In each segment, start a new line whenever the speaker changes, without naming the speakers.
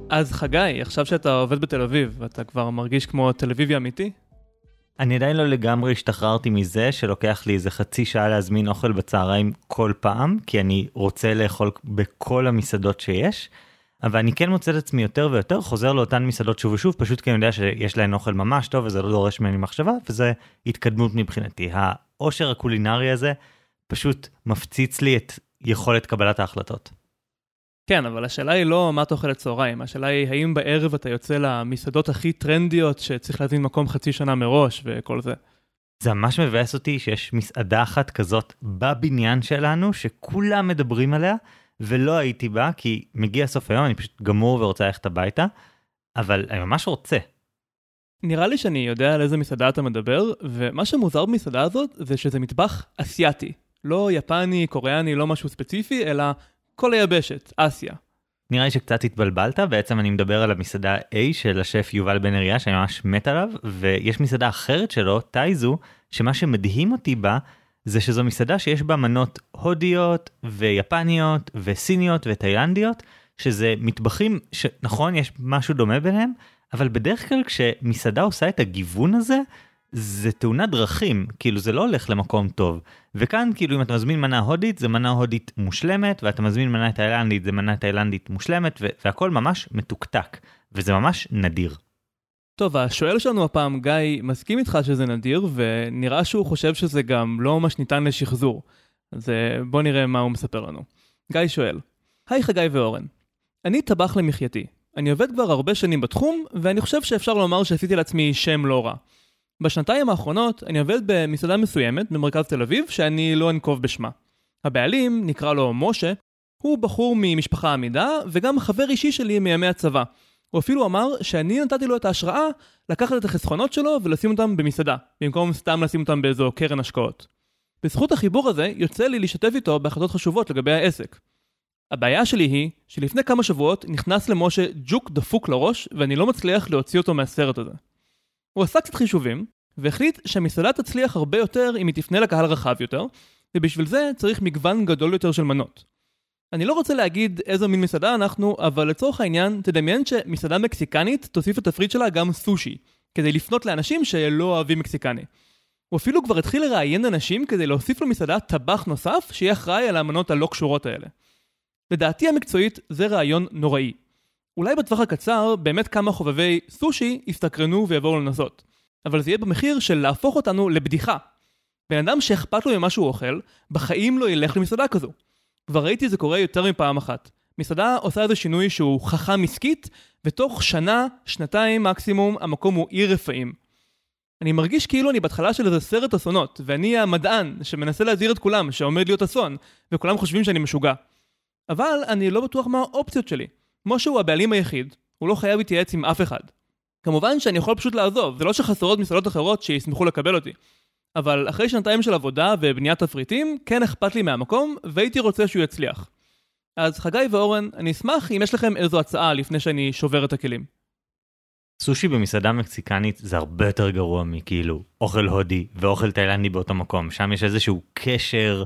אז חגי, עכשיו שאתה עובד בתל אביב, אתה כבר מרגיש כמו תל אביבי אמיתי?
אני עדיין לא לגמרי השתחררתי מזה שלוקח לי איזה חצי שעה להזמין אוכל בצהריים כל פעם, כי אני רוצה לאכול בכל המסעדות שיש, אבל אני כן מוצא את עצמי יותר ויותר חוזר לאותן מסעדות שוב ושוב, פשוט כי אני יודע שיש להן אוכל ממש טוב וזה לא דורש ממני מחשבה, וזה התקדמות מבחינתי. העושר הקולינרי הזה פשוט מפציץ לי את יכולת קבלת ההחלטות.
כן, אבל השאלה היא לא מה אתה אוכל לצהריים, השאלה היא האם בערב אתה יוצא למסעדות הכי טרנדיות שצריך להזמין מקום חצי שנה מראש וכל זה.
זה ממש מבאס אותי שיש מסעדה אחת כזאת בבניין שלנו שכולם מדברים עליה, ולא הייתי בה כי מגיע סוף היום, אני פשוט גמור ורוצה ללכת הביתה, אבל אני ממש רוצה.
נראה לי שאני יודע על איזה מסעדה אתה מדבר, ומה שמוזר במסעדה הזאת זה שזה מטבח אסיאתי. לא יפני, קוריאני, לא משהו ספציפי, אלא כל היבשת, אסיה.
נראה לי שקצת התבלבלת, בעצם אני מדבר על המסעדה A של השף יובל בן אריה, שאני ממש מת עליו, ויש מסעדה אחרת שלו, טייזו, שמה שמדהים אותי בה, זה שזו מסעדה שיש בה מנות הודיות, ויפניות, וסיניות, ותאילנדיות, שזה מטבחים שנכון, יש משהו דומה ביניהם, אבל בדרך כלל כשמסעדה עושה את הגיוון הזה, זה תאונת דרכים, כאילו זה לא הולך למקום טוב. וכאן כאילו אם אתה מזמין מנה הודית, זה מנה הודית מושלמת, ואתה מזמין מנה תאילנדית, זה מנה תאילנדית מושלמת, והכל ממש מתוקתק, וזה ממש נדיר.
טוב, השואל שלנו הפעם, גיא, מסכים איתך שזה נדיר, ונראה שהוא חושב שזה גם לא ממש ניתן לשחזור. אז בוא נראה מה הוא מספר לנו. גיא שואל, היי חגי ואורן, אני טבח למחייתי. אני עובד כבר הרבה שנים בתחום, ואני חושב שאפשר לומר שעשיתי לעצמי שם לא רע. בשנתיים האחרונות אני עובד במסעדה מסוימת במרכז תל אביב שאני לא אנקוב בשמה. הבעלים, נקרא לו משה, הוא בחור ממשפחה עמידה וגם חבר אישי שלי מימי הצבא. הוא אפילו אמר שאני נתתי לו את ההשראה לקחת את החסכונות שלו ולשים אותם במסעדה, במקום סתם לשים אותם באיזו קרן השקעות. בזכות החיבור הזה יוצא לי להשתתף איתו בהחלטות חשובות לגבי העסק. הבעיה שלי היא שלפני כמה שבועות נכנס למשה ג'וק דפוק לראש ואני לא מצליח להוציא אותו מהסרט הזה. הוא עשה קצת חישובים, והחליט שהמסעדה תצליח הרבה יותר אם היא תפנה לקהל רחב יותר, ובשביל זה צריך מגוון גדול יותר של מנות. אני לא רוצה להגיד איזו מין מסעדה אנחנו, אבל לצורך העניין, תדמיין שמסעדה מקסיקנית תוסיף את התפריט שלה גם סושי, כדי לפנות לאנשים שלא אוהבים מקסיקני. הוא אפילו כבר התחיל לראיין אנשים כדי להוסיף למסעדה טבח נוסף שיהיה אחראי על המנות הלא קשורות האלה. לדעתי המקצועית זה רעיון נוראי. אולי בטווח הקצר באמת כמה חובבי סושי יסתקרנו ויבואו לנסות. אבל זה יהיה במחיר של להפוך אותנו לבדיחה. בן אדם שאכפת לו ממה שהוא אוכל, בחיים לא ילך למסעדה כזו. כבר ראיתי זה קורה יותר מפעם אחת. מסעדה עושה איזה שינוי שהוא חכם עסקית, ותוך שנה, שנתיים מקסימום, המקום הוא עיר רפאים. אני מרגיש כאילו אני בהתחלה של איזה סרט אסונות, ואני המדען שמנסה להזהיר את כולם שעומד להיות אסון, וכולם חושבים שאני משוגע. אבל אני לא בטוח מה האופציות שלי. משה הוא הבעלים היחיד, הוא לא חייב להתייעץ עם אף אחד. כמובן שאני יכול פשוט לעזוב, זה לא שחסרות מסעדות אחרות שישמחו לקבל אותי. אבל אחרי שנתיים של עבודה ובניית תפריטים, כן אכפת לי מהמקום, והייתי רוצה שהוא יצליח. אז חגי ואורן, אני אשמח אם יש לכם איזו הצעה לפני שאני שובר את הכלים.
סושי במסעדה מקסיקנית זה הרבה יותר גרוע מכאילו אוכל הודי ואוכל תאילנדי באותו מקום. שם יש איזשהו קשר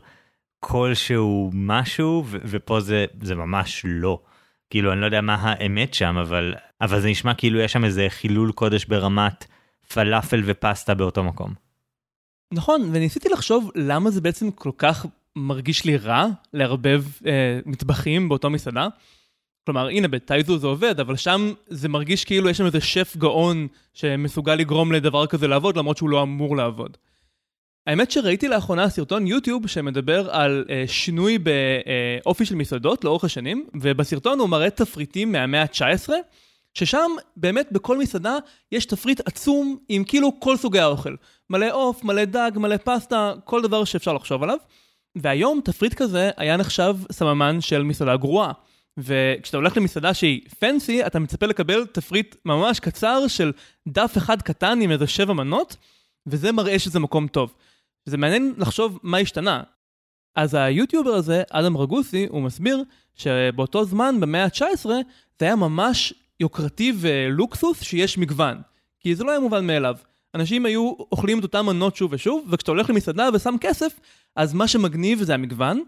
כלשהו משהו, ופה זה ממש לא. כאילו אני לא יודע מה האמת שם, אבל זה נשמע כאילו יש שם איזה חילול קודש ברמת פלאפל ופסטה באותו מקום.
נכון, וניסיתי לחשוב למה זה בעצם כל כך מרגיש לי רע לערבב מטבחים באותו מסעדה. כלומר, הנה בטייזו זה עובד, אבל שם זה מרגיש כאילו יש שם איזה שף גאון שמסוגל לגרום לדבר כזה לעבוד, למרות שהוא לא אמור לעבוד. האמת שראיתי לאחרונה סרטון יוטיוב שמדבר על שינוי באופי של מסעדות לאורך השנים, ובסרטון הוא מראה תפריטים מהמאה ה-19, ששם באמת בכל מסעדה יש תפריט עצום עם כאילו כל סוגי האוכל. מלא עוף, מלא דג, מלא פסטה, כל דבר שאפשר לחשוב עליו. והיום תפריט כזה היה נחשב סממן של מסעדה גרועה. וכשאתה הולך למסעדה שהיא פנסי, אתה מצפה לקבל תפריט ממש קצר של דף אחד קטן עם איזה 7 מנות, וזה מראה שזה מקום טוב. זה מעניין לחשוב מה השתנה. אז היוטיובר הזה, אדם רגוסי, הוא מסביר שבאותו זמן, במאה ה-19, זה היה ממש יוקרתי ולוקסוס שיש מגוון. כי זה לא היה מובן מאליו. אנשים היו אוכלים את אותם מנות שוב ושוב, וכשאתה הולך למסעדה ושם כסף, אז מה שמגניב זה המגוון,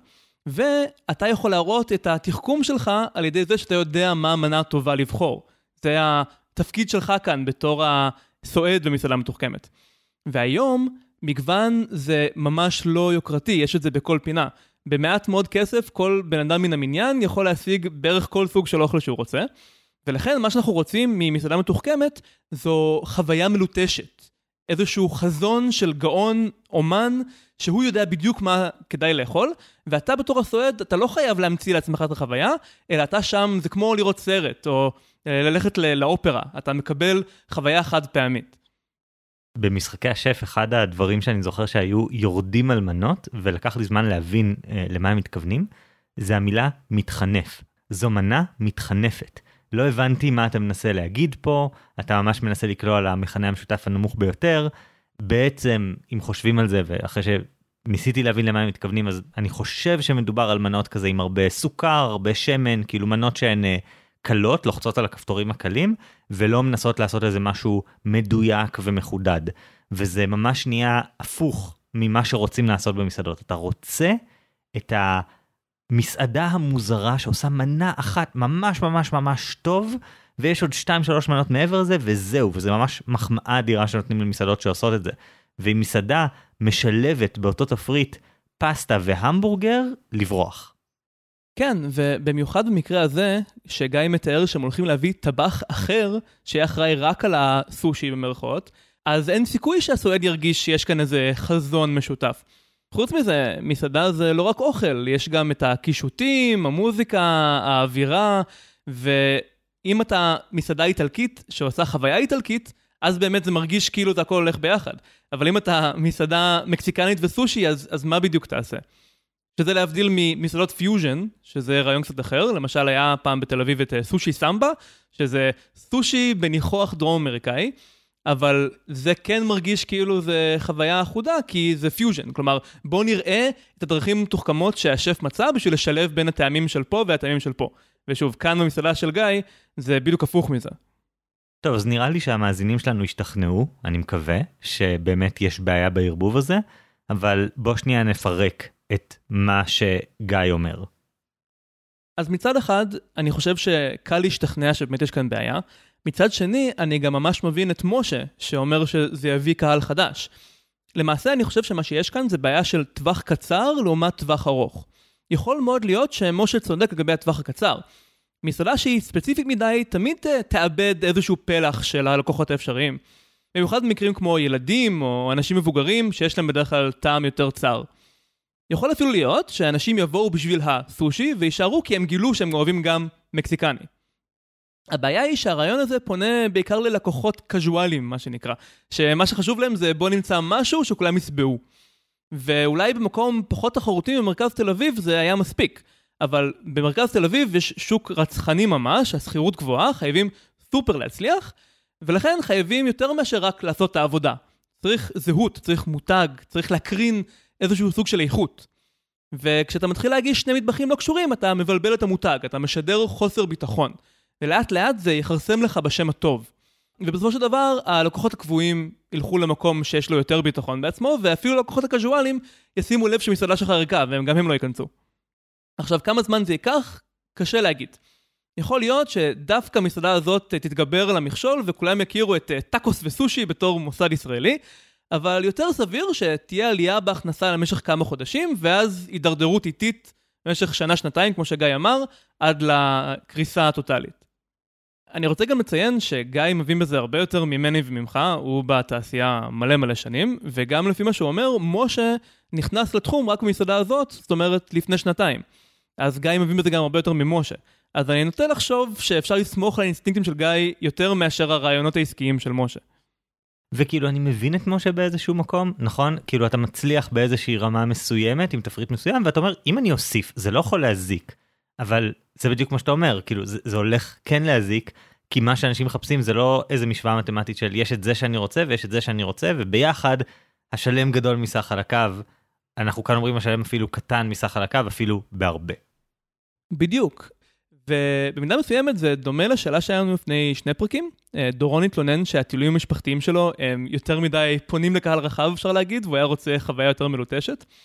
ואתה יכול להראות את התחכום שלך על ידי זה שאתה יודע מה המנה הטובה לבחור. זה התפקיד שלך כאן בתור הסועד במסעדה מתוחכמת. והיום מגוון זה ממש לא יוקרתי, יש את זה בכל פינה. במעט מאוד כסף כל בן אדם מן המניין יכול להשיג בערך כל סוג של אוכל שהוא רוצה. ולכן מה שאנחנו רוצים ממסעדה מתוחכמת זו חוויה מלוטשת. איזשהו חזון של גאון אומן שהוא יודע בדיוק מה כדאי לאכול, ואתה בתור הסועד, אתה לא חייב להמציא לעצמך את החוויה, אלא אתה שם, זה כמו לראות סרט, או ללכת לאופרה, אתה מקבל חוויה חד פעמית.
במשחקי השף, אחד הדברים שאני זוכר שהיו יורדים על מנות, ולקח לי זמן להבין למה הם מתכוונים, זה המילה מתחנף. זו מנה מתחנפת. לא הבנתי מה אתה מנסה להגיד פה, אתה ממש מנסה לקלוע על המכנה המשותף הנמוך ביותר, בעצם אם חושבים על זה, ואחרי שניסיתי להבין למה הם מתכוונים, אז אני חושב שמדובר על מנות כזה עם הרבה סוכר, הרבה שמן, כאילו מנות שהן קלות, לוחצות על הכפתורים הקלים, ולא מנסות לעשות איזה משהו מדויק ומחודד. וזה ממש נהיה הפוך ממה שרוצים לעשות במסעדות. אתה רוצה את המסעדה המוזרה שעושה מנה אחת ממש ממש ממש טוב, ויש עוד 2-3 מנות מעבר לזה, וזהו, וזה ממש מחמאה אדירה שנותנים למסעדות שעושות את זה. ואם מסעדה משלבת באותו תפריט פסטה והמבורגר, לברוח.
כן, ובמיוחד במקרה הזה, שגיא מתאר שהם הולכים להביא טבח אחר, שיהיה אחראי רק על הסושי במרכאות, אז אין סיכוי שהסועד ירגיש שיש כאן איזה חזון משותף. חוץ מזה, מסעדה זה לא רק אוכל, יש גם את הקישוטים, המוזיקה, האווירה, ואם אתה מסעדה איטלקית שעושה חוויה איטלקית, אז באמת זה מרגיש כאילו זה הכל הולך ביחד. אבל אם אתה מסעדה מקסיקנית וסושי, אז מה בדיוק תעשה? שזה להבדיל ממסעדות פיוז'ן, שזה רעיון קצת אחר, למשל היה פעם בתל אביב את סושי סמבה, שזה סושי בניחוח דרום אמריקאי, אבל זה כן מרגיש כאילו זה חוויה אחודה, כי זה פיוז'ן, כלומר בוא נראה את הדרכים מתוחכמות שהשף מצא בשביל לשלב בין הטעמים של פה והטעמים של פה. ושוב, כאן במסעדה של גיא, זה בדיוק הפוך מזה.
טוב, אז נראה לי שהמאזינים שלנו השתכנעו, אני מקווה, שבאמת יש בעיה בערבוב הזה, אבל בוא שנייה נפרק את מה שגיא אומר.
אז מצד אחד, אני חושב שקל להשתכנע שבאמת יש כאן בעיה. מצד שני, אני גם ממש מבין את משה, שאומר שזה יביא קהל חדש. למעשה, אני חושב שמה שיש כאן זה בעיה של טווח קצר לעומת טווח ארוך. יכול מאוד להיות שמשה צודק לגבי הטווח הקצר. מסעדה שהיא ספציפית מדי, תמיד תאבד איזשהו פלח של הלקוחות האפשריים. במיוחד במקרים כמו ילדים או אנשים מבוגרים שיש להם בדרך כלל טעם יותר צר. יכול אפילו להיות שאנשים יבואו בשביל הסושי וישארו כי הם גילו שהם אוהבים גם מקסיקני. הבעיה היא שהרעיון הזה פונה בעיקר ללקוחות קזואליים, מה שנקרא. שמה שחשוב להם זה בוא נמצא משהו שכולם יסבעו. ואולי במקום פחות תחרותי במרכז תל אביב זה היה מספיק. אבל במרכז תל אביב יש שוק רצחני ממש, הסחירות גבוהה, חייבים סופר להצליח, ולכן חייבים יותר מאשר רק לעשות את העבודה. צריך זהות, צריך מותג, צריך להקרין איזשהו סוג של איכות. וכשאתה מתחיל להגיש שני מטבחים לא קשורים, אתה מבלבל את המותג, אתה משדר חוסר ביטחון. ולאט לאט זה יחרסם לך בשם הטוב. ובסופו של דבר, הלקוחות הקבועים ילכו למקום שיש לו יותר ביטחון בעצמו, ואפילו לקוחות הקזואליים ישימו לב שמסעדה שלך ריקה, וגם הם לא ייכנסו. עכשיו, כמה זמן זה ייקח? קשה להגיד. יכול להיות שדווקא המסעדה הזאת תתגבר על המכשול, וכולם יכירו את טאקוס וסושי בתור מוסד ישראלי, אבל יותר סביר שתהיה עלייה בהכנסה למשך כמה חודשים, ואז הידרדרות איטית במשך שנה-שנתיים, כמו שגיא אמר, עד לקריסה הטוטלית. אני רוצה גם לציין שגיא מבין בזה הרבה יותר ממני וממך, הוא בתעשייה מלא שנים, וגם לפי מה שהוא אומר, משה נכנס לתחום רק במסעדה הזאת, זאת אומרת לפני שנתיים. אז גיא מבין בזה גם הרבה יותר ממשה. אז אני נוטה לחשוב שאפשר לסמוך על האינסטינקטים של גיא יותר מאשר הרעיונות העסקיים של משה.
וכאילו אני מבין את משה באיזשהו מקום, נכון? כאילו אתה מצליח באיזושהי רמה מסוימת, עם תפריט מסוים, ואתה אומר, אם אני אוסיף, זה לא יכול להזיק. אבל זה בדיוק מה שאתה אומר, כאילו זה הולך כן להזיק, כי מה שאנשים מחפשים זה לא איזה משוואה מתמטית של יש את זה שאני רוצה ויש את זה שאני רוצה, וביחד השלם גדול מסך על הקו, אנחנו כאן אומרים השלם אפילו קטן מסך על הקו, אפילו בהרבה.
בדיוק. ובמידה מסוימת זה דומה לשאלה שלנו לפני 2 פרקים. דורון התלונן שהטיולים המשפחתיים שלו הם יותר מדי פונים לקהל רחב, אפשר להגיד, והוא היה רוצה חוויה יותר מלוטשת.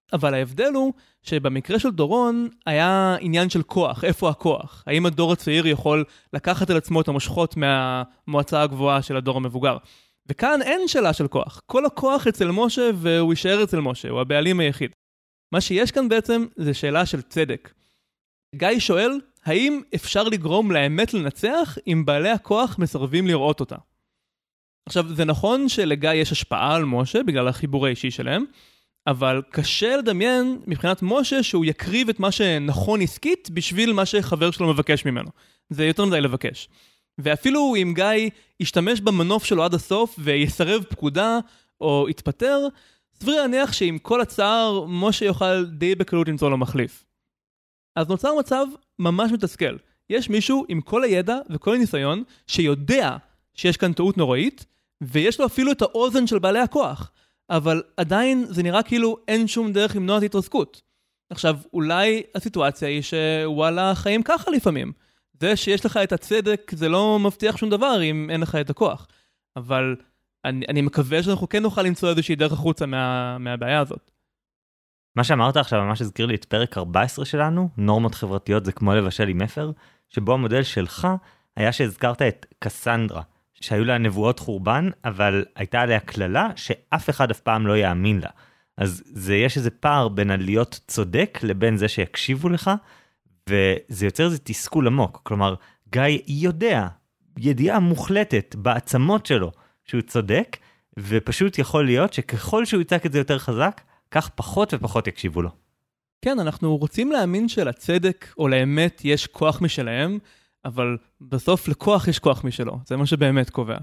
אבל ההבדל הוא שבמקרה של דורון היה עניין של כוח, איפה הכוח? האם הדור הצעיר יכול לקחת על עצמו את המושכות מהמועצה הגבוהה של הדור המבוגר? וכאן אין שאלה של כוח, כל הכוח אצל משה והוא יישאר אצל משה, הוא הבעלים היחיד. מה שיש כאן בעצם זה שאלה של צדק. גיא שואל, האם אפשר לגרום לאמת לנצח אם בעלי הכוח מסרבים לראות אותה? עכשיו, זה נכון שלגיא יש השפעה על משה בגלל החיבור האישי שלהם, אבל קשה לדמיין מבחינת משה שהוא יקריב את מה שנכון עסקית בשביל מה שחבר שלו מבקש ממנו. זה יותר מדי לבקש. ואפילו אם גיא ישתמש במנוף שלו עד הסוף ויסרב פקודה או יתפטר, סביר להניח שעם כל הצער משה יוכל די בקלות למצוא לו מחליף. אז נוצר מצב ממש מתסכל. יש מישהו עם כל הידע וכל הניסיון שיודע שיש כאן טעות נוראית, ויש לו אפילו את האוזן של בעלי הכוח. אבל עדיין זה נראה כאילו אין שום דרך למנוע את התרסקות. עכשיו, אולי הסיטואציה היא שוואלה, חיים ככה לפעמים. זה שיש לך את הצדק, זה לא מבטיח שום דבר אם אין לך את הכוח. אבל אני מקווה שאנחנו כן נוכל למצוא איזושהי דרך החוצה מהבעיה הזאת.
מה שאמרת עכשיו ממש הזכיר לי את פרק 14 שלנו, נורמות חברתיות זה כמו לבשל עם אפר, שבו המודל שלך היה שהזכרת את קסנדרה, שהיו לה נבואות חורבן, אבל הייתה עליה כללה שאף אחד אף פעם לא יאמין לה. אז יש איזה פער בין להיות צודק לבין זה שיקשיבו לך, וזה יוצר איזה תסכול עמוק. כלומר, גיא יודע, ידיעה מוחלטת בעצמות שלו, שהוא צודק, ופשוט יכול להיות שככל שהוא יצעק את זה יותר חזק, כך פחות ופחות יקשיבו לו.
כן, אנחנו רוצים להאמין שלצדק או לאמת יש כוח משלהם, אבל בסוף לכוח יש כוח משלו. זה מה שבאמת קובע.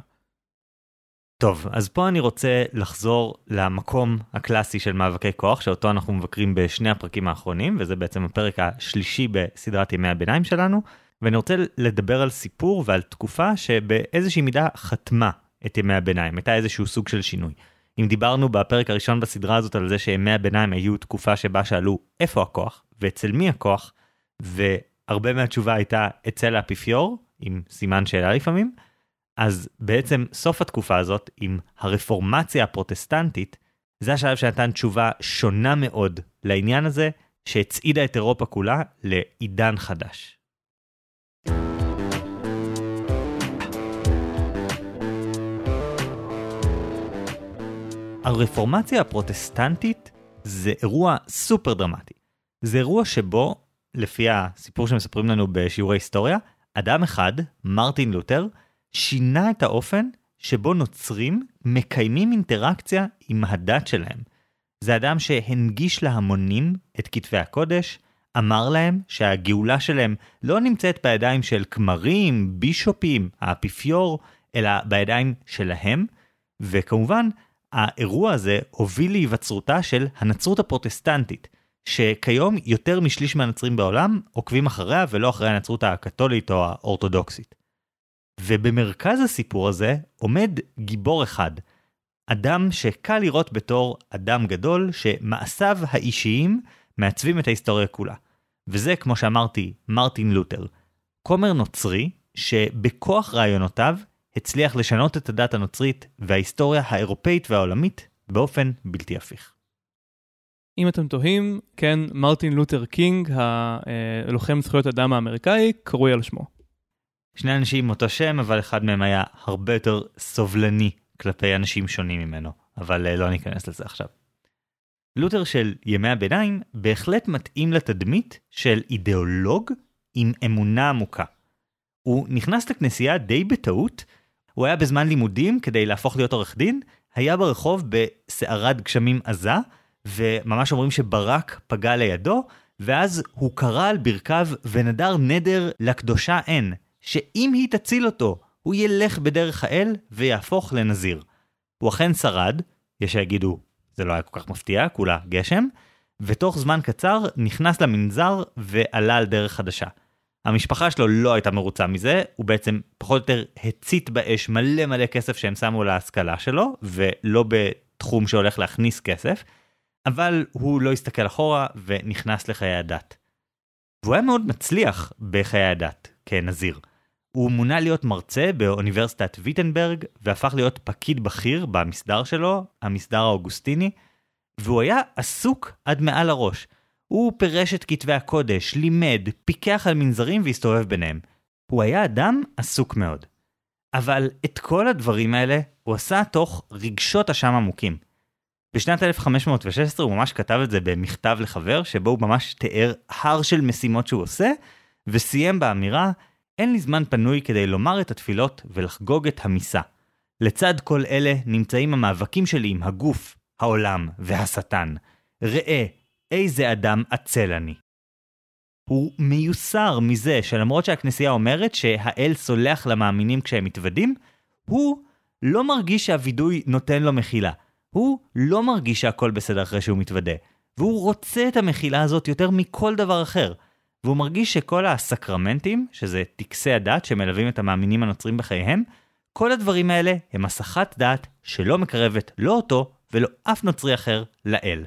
טוב, אז פה אני רוצה לחזור למקום הקלאסי של מאבקי כוח, שאותו אנחנו מבקרים בשני הפרקים האחרונים, וזה בעצם הפרק השלישי בסדרת ימי הביניים שלנו, ואני רוצה לדבר על סיפור ועל תקופה שבאיזושהי מידה חתמה את ימי הביניים, הייתה איזשהו סוג של שינוי. אם דיברנו בפרק הראשון בסדרה הזאת על זה שימי הביניים היו תקופה שבה שאלו איפה הכוח ואצל מי הכוח, והרבה מהתשובה הייתה אצל האפיפיור, עם סימן שאלה לפעמים, אז בעצם סוף התקופה הזאת עם הרפורמציה הפרוטסטנטית, זה השלב שנתן תשובה שונה מאוד לעניין הזה, שהצעידה את אירופה כולה לעידן חדש. הרפורמציה הפרוטסטנטית זה אירוע סופר דרמטי. זה אירוע שבו, לפי הסיפור שמספרים לנו בשיעורי היסטוריה, אדם אחד, מרטין לותר, שינה את האופן שבו נוצרים מקיימים אינטראקציה עם הדת שלהם. זה אדם שהנגיש להמונים את כתבי הקודש, אמר להם שהגאולה שלהם לא נמצאת בידיים של כמרים, בישופים, האפיפיור, אלא בידיים שלהם, וכמובן, האירוע הזה הוביל להיווצרותה של הנצרות הפרוטסטנטית, שכיום יותר משליש מהנצרים בעולם עוקבים אחריה ולא אחרי הנצרות הקתולית או האורתודוקסית. ובמרכז הסיפור הזה עומד גיבור אחד, אדם שקל לראות בתור אדם גדול שמעשיו האישיים מעצבים את ההיסטוריה כולה. וזה, כמו שאמרתי, מרטין לותר, כומר נוצרי שבכוח רעיונותיו הצליח לשנות את הדת הנוצרית וההיסטוריה האירופאית והעולמית באופן בלתי הפיך.
אם אתם תוהים, כן, מרטין לותר קינג, הלוחם זכויות אדם האמריקאי, קרוי על שמו.
שני אנשים עם אותו שם, אבל אחד מהם היה הרבה יותר סובלני כלפי אנשים שונים ממנו, אבל לא ניכנס לזה עכשיו. לותר של ימי הביניים בהחלט מתאים לתדמית של אידיאולוג עם אמונה עמוקה. הוא נכנס לכנסייה די בטעות, הוא היה בזמן לימודים כדי להפוך להיות עורך דין, היה ברחוב בסערת גשמים עזה, וממש אומרים שברק פגע לידו, ואז הוא קרא על ברכיו ונדר נדר לקדושה אין, שאם היא תציל אותו, הוא ילך בדרך האל ויהפוך לנזיר. הוא אכן שרד, יש שיגידו, זה לא היה כל כך מפתיע, כולה גשם, ותוך זמן קצר נכנס למנזר ועלה על דרך חדשה. המשפחה שלו לא הייתה מרוצה מזה, הוא בעצם פחות או יותר הצית באש מלא כסף שהם שמו להשכלה שלו, ולא בתחום שהולך להכניס כסף, אבל הוא לא הסתכל אחורה ונכנס לחיי הדת. והוא היה מאוד מצליח בחיי הדת כנזיר. הוא מונה להיות מרצה באוניברסיטת ויטנברג, והפך להיות פקיד בכיר במסדר שלו, המסדר האוגוסטיני, והוא היה עסוק עד מעל הראש. הוא פירש את כתבי הקודש, לימד, פיקח על מנזרים והסתובב ביניהם. הוא היה אדם עסוק מאוד. אבל את כל הדברים האלה הוא עשה תוך רגשות אשם עמוקים. בשנת 1516 הוא ממש כתב את זה במכתב לחבר, שבו הוא ממש תיאר הר של משימות שהוא עושה, וסיים באמירה, אין לי זמן פנוי כדי לומר את התפילות ולחגוג את המיסה. לצד כל אלה נמצאים המאבקים שלי עם הגוף, העולם והשטן. ראה, איזה אדם עצל אני. הוא מיוסר מזה שלמרות שהכנסייה אומרת שהאל סולח למאמינים כשהם מתוודים, הוא לא מרגיש שהוידוי נותן לו מחילה. הוא לא מרגיש שהכל בסדר אחרי שהוא מתוודה. והוא רוצה את המחילה הזאת יותר מכל דבר אחר. והוא מרגיש שכל הסקרמנטים, שזה טקסי הדת שמלווים את המאמינים הנוצרים בחייהם, כל הדברים האלה הם הסחת דת שלא מקרבת לא אותו ולא אף נוצרי אחר לאל.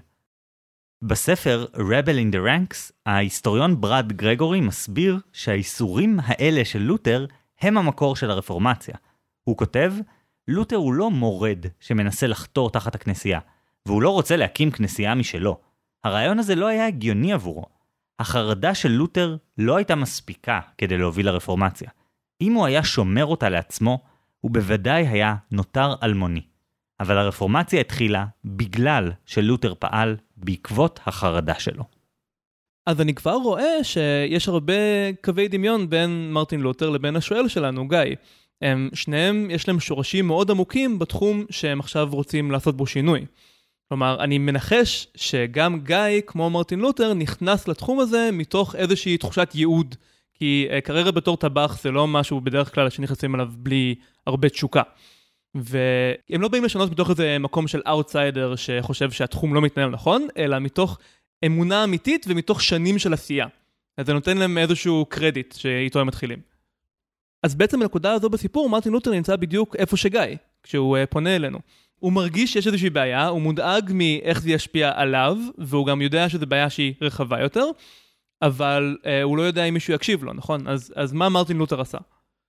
בספר Rebel in the Ranks, ההיסטוריון ברד גרגורי מסביר שהאיסורים האלה של לותר הם המקור של הרפורמציה. הוא כותב, לותר הוא לא מורד שמנסה לחתור תחת הכנסייה, והוא לא רוצה להקים כנסייה משלו. הרעיון הזה לא היה הגיוני עבורו. החרדה של לותר לא הייתה מספיקה כדי להוביל לרפורמציה. אם הוא היה שומר אותה לעצמו, הוא בוודאי היה נותר אלמוני. אבל הרפורמציה התחילה בגלל שלותר פעל בעקבות החרדה שלו.
אז אני כבר רואה שיש הרבה קווי דמיון בין מרטין לותר לבין השואל שלנו, גיא. שניהם יש להם שורשים מאוד עמוקים בתחום שהם עכשיו רוצים לעשות בו שינוי. כלומר, אני מנחש שגם גיא, כמו מרטין לותר, נכנס לתחום הזה מתוך איזושהי תחושת ייעוד. כי קריירה בתור טבח זה לא משהו בדרך כלל שנכנסים עליו בלי הרבה תשוקה. והם לא באים לשנות מתוך איזה מקום של אאוטסיידר שחושב שהתחום לא מתנהל נכון, אלא מתוך אמונה אמיתית ומתוך שנים של עשייה. אז זה נותן להם איזשהו קרדיט שאיתו הם מתחילים. אז בעצם בנקודה הזו בסיפור, מרטין לותר נמצא בדיוק איפה שגיא, כשהוא פונה אלינו. הוא מרגיש שיש איזושהי בעיה, הוא מודאג מאיך זה ישפיע עליו, והוא גם יודע שזו בעיה שהיא רחבה יותר, אבל הוא לא יודע אם מישהו יקשיב לו, נכון? אז מה מרטין לותר עשה?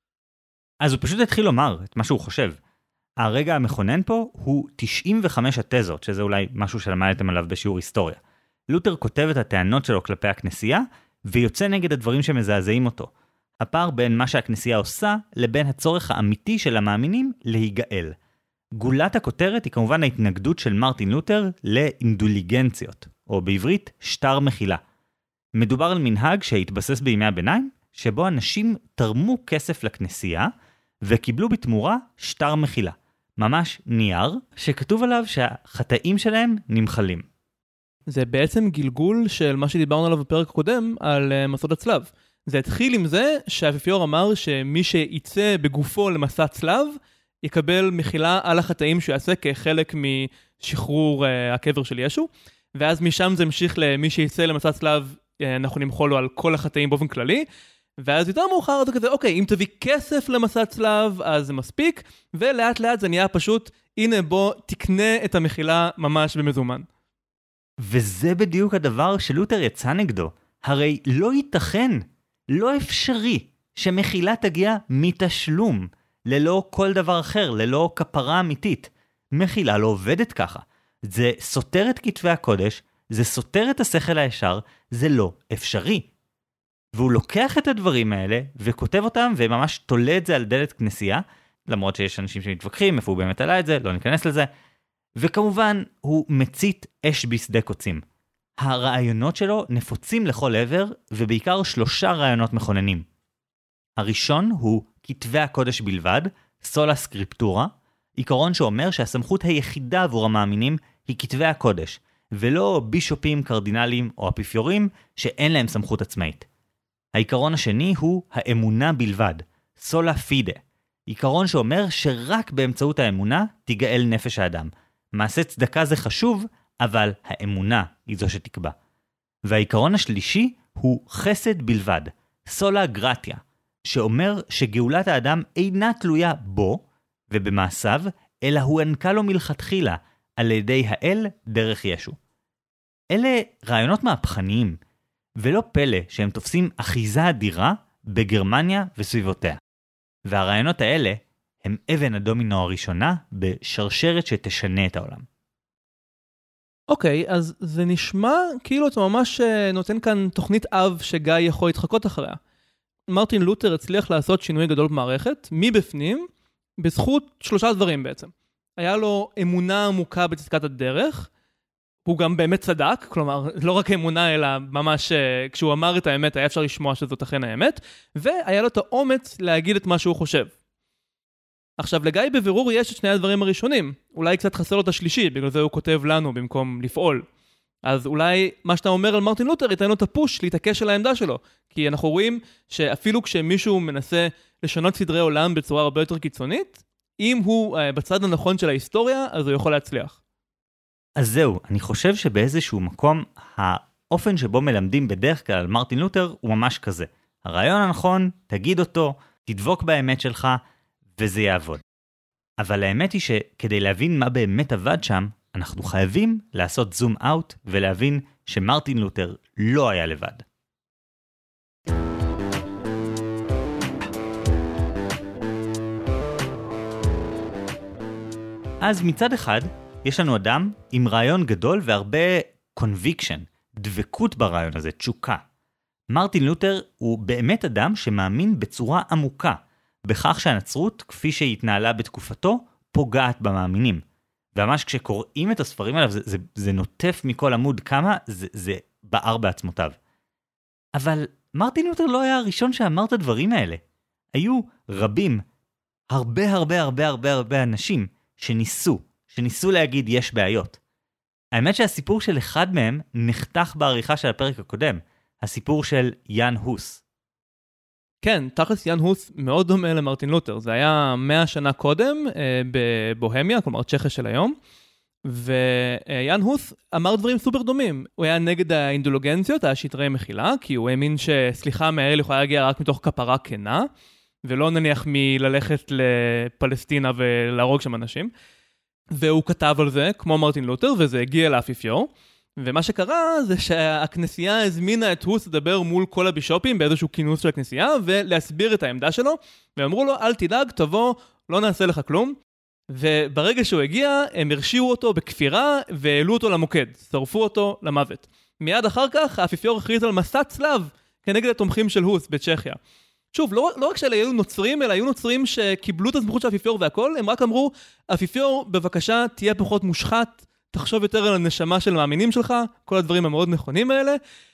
אז הוא פשוט התחיל לומר את מה שהוא חושב. הרגע המכונן פה הוא 95 התזות, שזה אולי משהו שלמדתם עליו בשיעור היסטוריה. לותר כותב את הטענות שלו כלפי הכנסייה, ויוצא נגד הדברים שמזעזעים אותו. הפער בין מה שהכנסייה עושה, לבין הצורך האמיתי של המאמינים להיגאל. גולת הכותרת היא כמובן ההתנגדות של מרטין לותר לאינדוליגנציות, או בעברית שטר מחילה. מדובר על מנהג שהתבסס בימי הביניים, שבו אנשים תרמו כסף לכנסייה, וקיבלו בתמורה שטר מחילה. ממש נייר, שכתוב עליו שהחטאים שלהם נמחלים.
זה בעצם גלגול של מה שדיברנו עליו בפרק הקודם, על מסעות הצלב. זה התחיל עם זה שהאפיפיור אמר שמי שיצא בגופו למסע צלב, יקבל מחילה על החטאים שהוא יעשה כחלק משחרור הקבר של ישו, ואז משם זה המשיך למי שיצא למסע צלב, אנחנו נמחול לו על כל החטאים באופן כללי, ואז יותר מאוחר זה כזה, אוקיי, אם תביא כסף למסע צלב, אז זה מספיק, ולאט לאט זה נהיה פשוט, הנה בוא תקנה את המחילה ממש במזומן.
וזה בדיוק הדבר שלותר יצא נגדו. הרי לא ייתכן, לא אפשרי, שמחילה תגיע מתשלום, ללא כל דבר אחר, ללא כפרה אמיתית. מחילה לא עובדת ככה. זה סותר את כתבי הקודש, זה סותר את השכל הישר, זה לא אפשרי. והוא לוקח את הדברים האלה וכותב אותם וממש תולה את זה על דלת כנסייה, למרות שיש אנשים שמתווכחים איפה הוא באמת עלה את זה, לא ניכנס לזה. וכמובן הוא מצית אש בשדה קוצים. הרעיונות שלו נפוצים לכל עבר, ובעיקר 3 רעיונות מכוננים. הראשון הוא כתבי הקודש בלבד, סולה סקריפטורה, עיקרון שאומר שהסמכות היחידה עבור המאמינים היא כתבי הקודש, ולא בישופים, קרדינלים או אפיפיורים שאין להם סמכות עצמאית. העיקרון השני הוא האמונה בלבד, סולה פידה, עיקרון שאומר שרק באמצעות האמונה תיגאל נפש האדם. מעשה צדקה זה חשוב, אבל האמונה היא זו שתקבע. והעיקרון השלישי הוא חסד בלבד, סולה גרטיה, שאומר שגאולת האדם אינה תלויה בו ובמעשיו, אלא הוא ענקה לו מלכתחילה על ידי האל דרך ישו. אלה רעיונות מהפכניים, ולא פלא שהם תופסים אחיזה אדירה בגרמניה וסביבותיה. והרעיונות האלה הם אבן הדומינו הראשונה בשרשרת שתשנה את העולם.
אוקיי, אז זה נשמע כאילו אתה ממש נותן כאן תוכנית אב שגיא יכול להתחקות אחריה. מרטין לותר הצליח לעשות שינוי גדול במערכת, מבפנים, בזכות 3 דברים בעצם. היה לו אמונה עמוקה בצדקת הדרך, הוא גם באמת צדק, כלומר, לא רק אמונה, אלא ממש כשהוא אמר את האמת, היה אפשר לשמוע שזאת אכן האמת, והיה לו את האומץ להגיד את מה שהוא חושב. עכשיו, לגיא בבירור יש את 2 הדברים הראשונים. אולי קצת חסר לו את השלישי, בגלל זה הוא כותב לנו במקום לפעול. אז אולי מה שאתה אומר על מרטין לותר ייתן לו את הפוש להתעקש על העמדה שלו. כי אנחנו רואים שאפילו כשמישהו מנסה לשנות סדרי עולם בצורה הרבה יותר קיצונית, אם הוא בצד הנכון של ההיסטוריה, אז הוא יכול להצליח.
אז זהו, אני חושב שבאיזשהו מקום, האופן שבו מלמדים בדרך כלל על מרטין לותר הוא ממש כזה. הרעיון הנכון, תגיד אותו, תדבוק באמת שלך, וזה יעבוד. אבל האמת היא שכדי להבין מה באמת עבד שם, אנחנו חייבים לעשות זום אאוט ולהבין שמרטין לותר לא היה לבד. אז מצד אחד, יש לנו אדם עם רעיון גדול והרבה conviction, דבקות ברעיון הזה, תשוקה. מרטין לותר הוא באמת אדם שמאמין בצורה עמוקה, בכך שהנצרות, כפי שהיא התנהלה בתקופתו, פוגעת במאמינים. וממש כשקוראים את הספרים עליו, זה נוטף מכל עמוד כמה, זה בער בעצמותיו. אבל מרטין לותר לא היה הראשון שאמר את הדברים האלה. היו רבים, הרבה אנשים שניסו להגיד יש בעיות. האמת שהסיפור של אחד מהם נחתך בעריכה של הפרק הקודם, הסיפור של יאן הוס.
כן, תכלס יאן הוס מאוד דומה למרטין לותר. זה היה 100 שנה קודם בבוהמיה, כלומר צ'כיה של היום, ויאן הוס אמר דברים סופר דומים. הוא היה נגד האינדולוגנציות, השטרי מחילה, כי הוא האמין שסליחה מהאל יכולה להגיע רק מתוך כפרה כנה, ולא נניח מללכת לפלסטינה ולהרוג שם אנשים. והוא כתב על זה, כמו מרטין לותר, וזה הגיע לאפיפיור. ומה שקרה זה שהכנסייה הזמינה את הוס לדבר מול כל הבישופים באיזשהו כינוס של הכנסייה, ולהסביר את העמדה שלו, ואמרו לו, אל תדאג, תבוא, לא נעשה לך כלום. וברגע שהוא הגיע, הם הרשיעו אותו בכפירה, והעלו אותו למוקד, שרפו אותו למוות. מיד אחר כך, האפיפיור הכריז על מסע צלב, כנגד התומכים של הוס בצ'כיה. שוב, לא רק שאלה היו נוצרים, אלא היו נוצרים שקיבלו את הסמכות של האפיפיור והכל, הם רק אמרו, האפיפיור, בבקשה, תהיה פחות מושחת, תחשוב יותר על הנשמה של המאמינים שלך, כל הדברים המאוד נכונים האלה,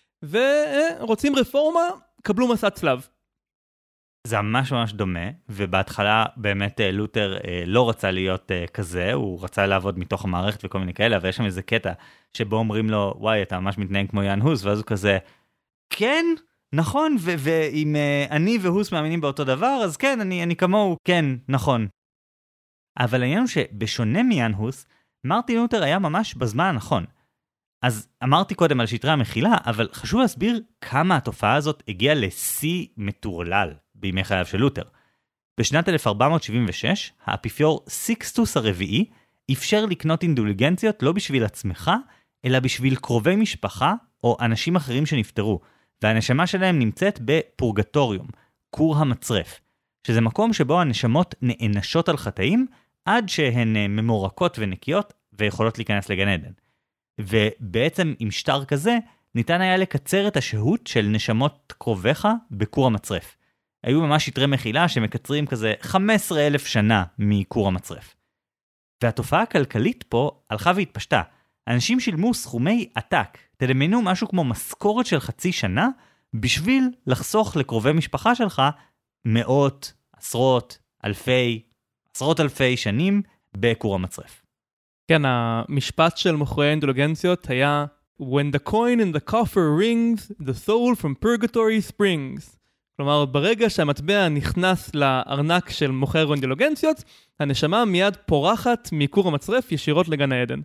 ורוצים רפורמה, קבלו מסע צלב.
זה ממש דומה, ובהתחלה באמת לותר לא רצה להיות כזה, הוא רצה לעבוד מתוך המערכת וכל מיני כאלה, אבל יש שם איזה קטע שבו אומרים לו, וואי, אתה ממש מתנהג כמו יאן הוס, ואז הוא כזה, כן, נכון, ואם אני והוס מאמינים באותו דבר, אז כן, אני כמוהו, כן, נכון. אבל העניין הוא שבשונה מיאן הוס, מרטין לותר היה ממש בזמן הנכון. אז אמרתי קודם על שטרי המחילה, אבל חשוב להסביר כמה התופעה הזאת הגיעה לשיא מטורלל בימי חייו של לותר. בשנת 1476, האפיפיור סיקסטוס הרביעי אפשר לקנות אינדולגנציות לא בשביל עצמך, אלא בשביל קרובי משפחה או אנשים אחרים שנפטרו, והנשמה שלהם נמצאת בפורגטוריום, כור המצרף, שזה מקום שבו הנשמות נענשות על חטאים, עד שהן ממורקות ונקיות ויכולות להיכנס לגן עדן. ובעצם עם שטר כזה, ניתן היה לקצר את השהות של נשמות קרוביך בכור המצרף. היו ממש שטרי מחילה שמקצרים כזה 15,000 שנה מכור המצרף. והתופעה הכלכלית פה הלכה והתפשטה. אנשים שילמו סכומי עתק, תדמיינו משהו כמו משכורת של חצי שנה, בשביל לחסוך לקרובי משפחה שלך מאות, עשרות אלפי שנים בכור המצרף.
כן, המשפט של מוכרי האינדולגנציות היה When the coin in the coffer rings, the soul from purgatory springs. כלומר, ברגע שהמטבע נכנס לארנק של מוכר האינדולגנציות, הנשמה מיד פורחת מכור המצרף ישירות לגן העדן.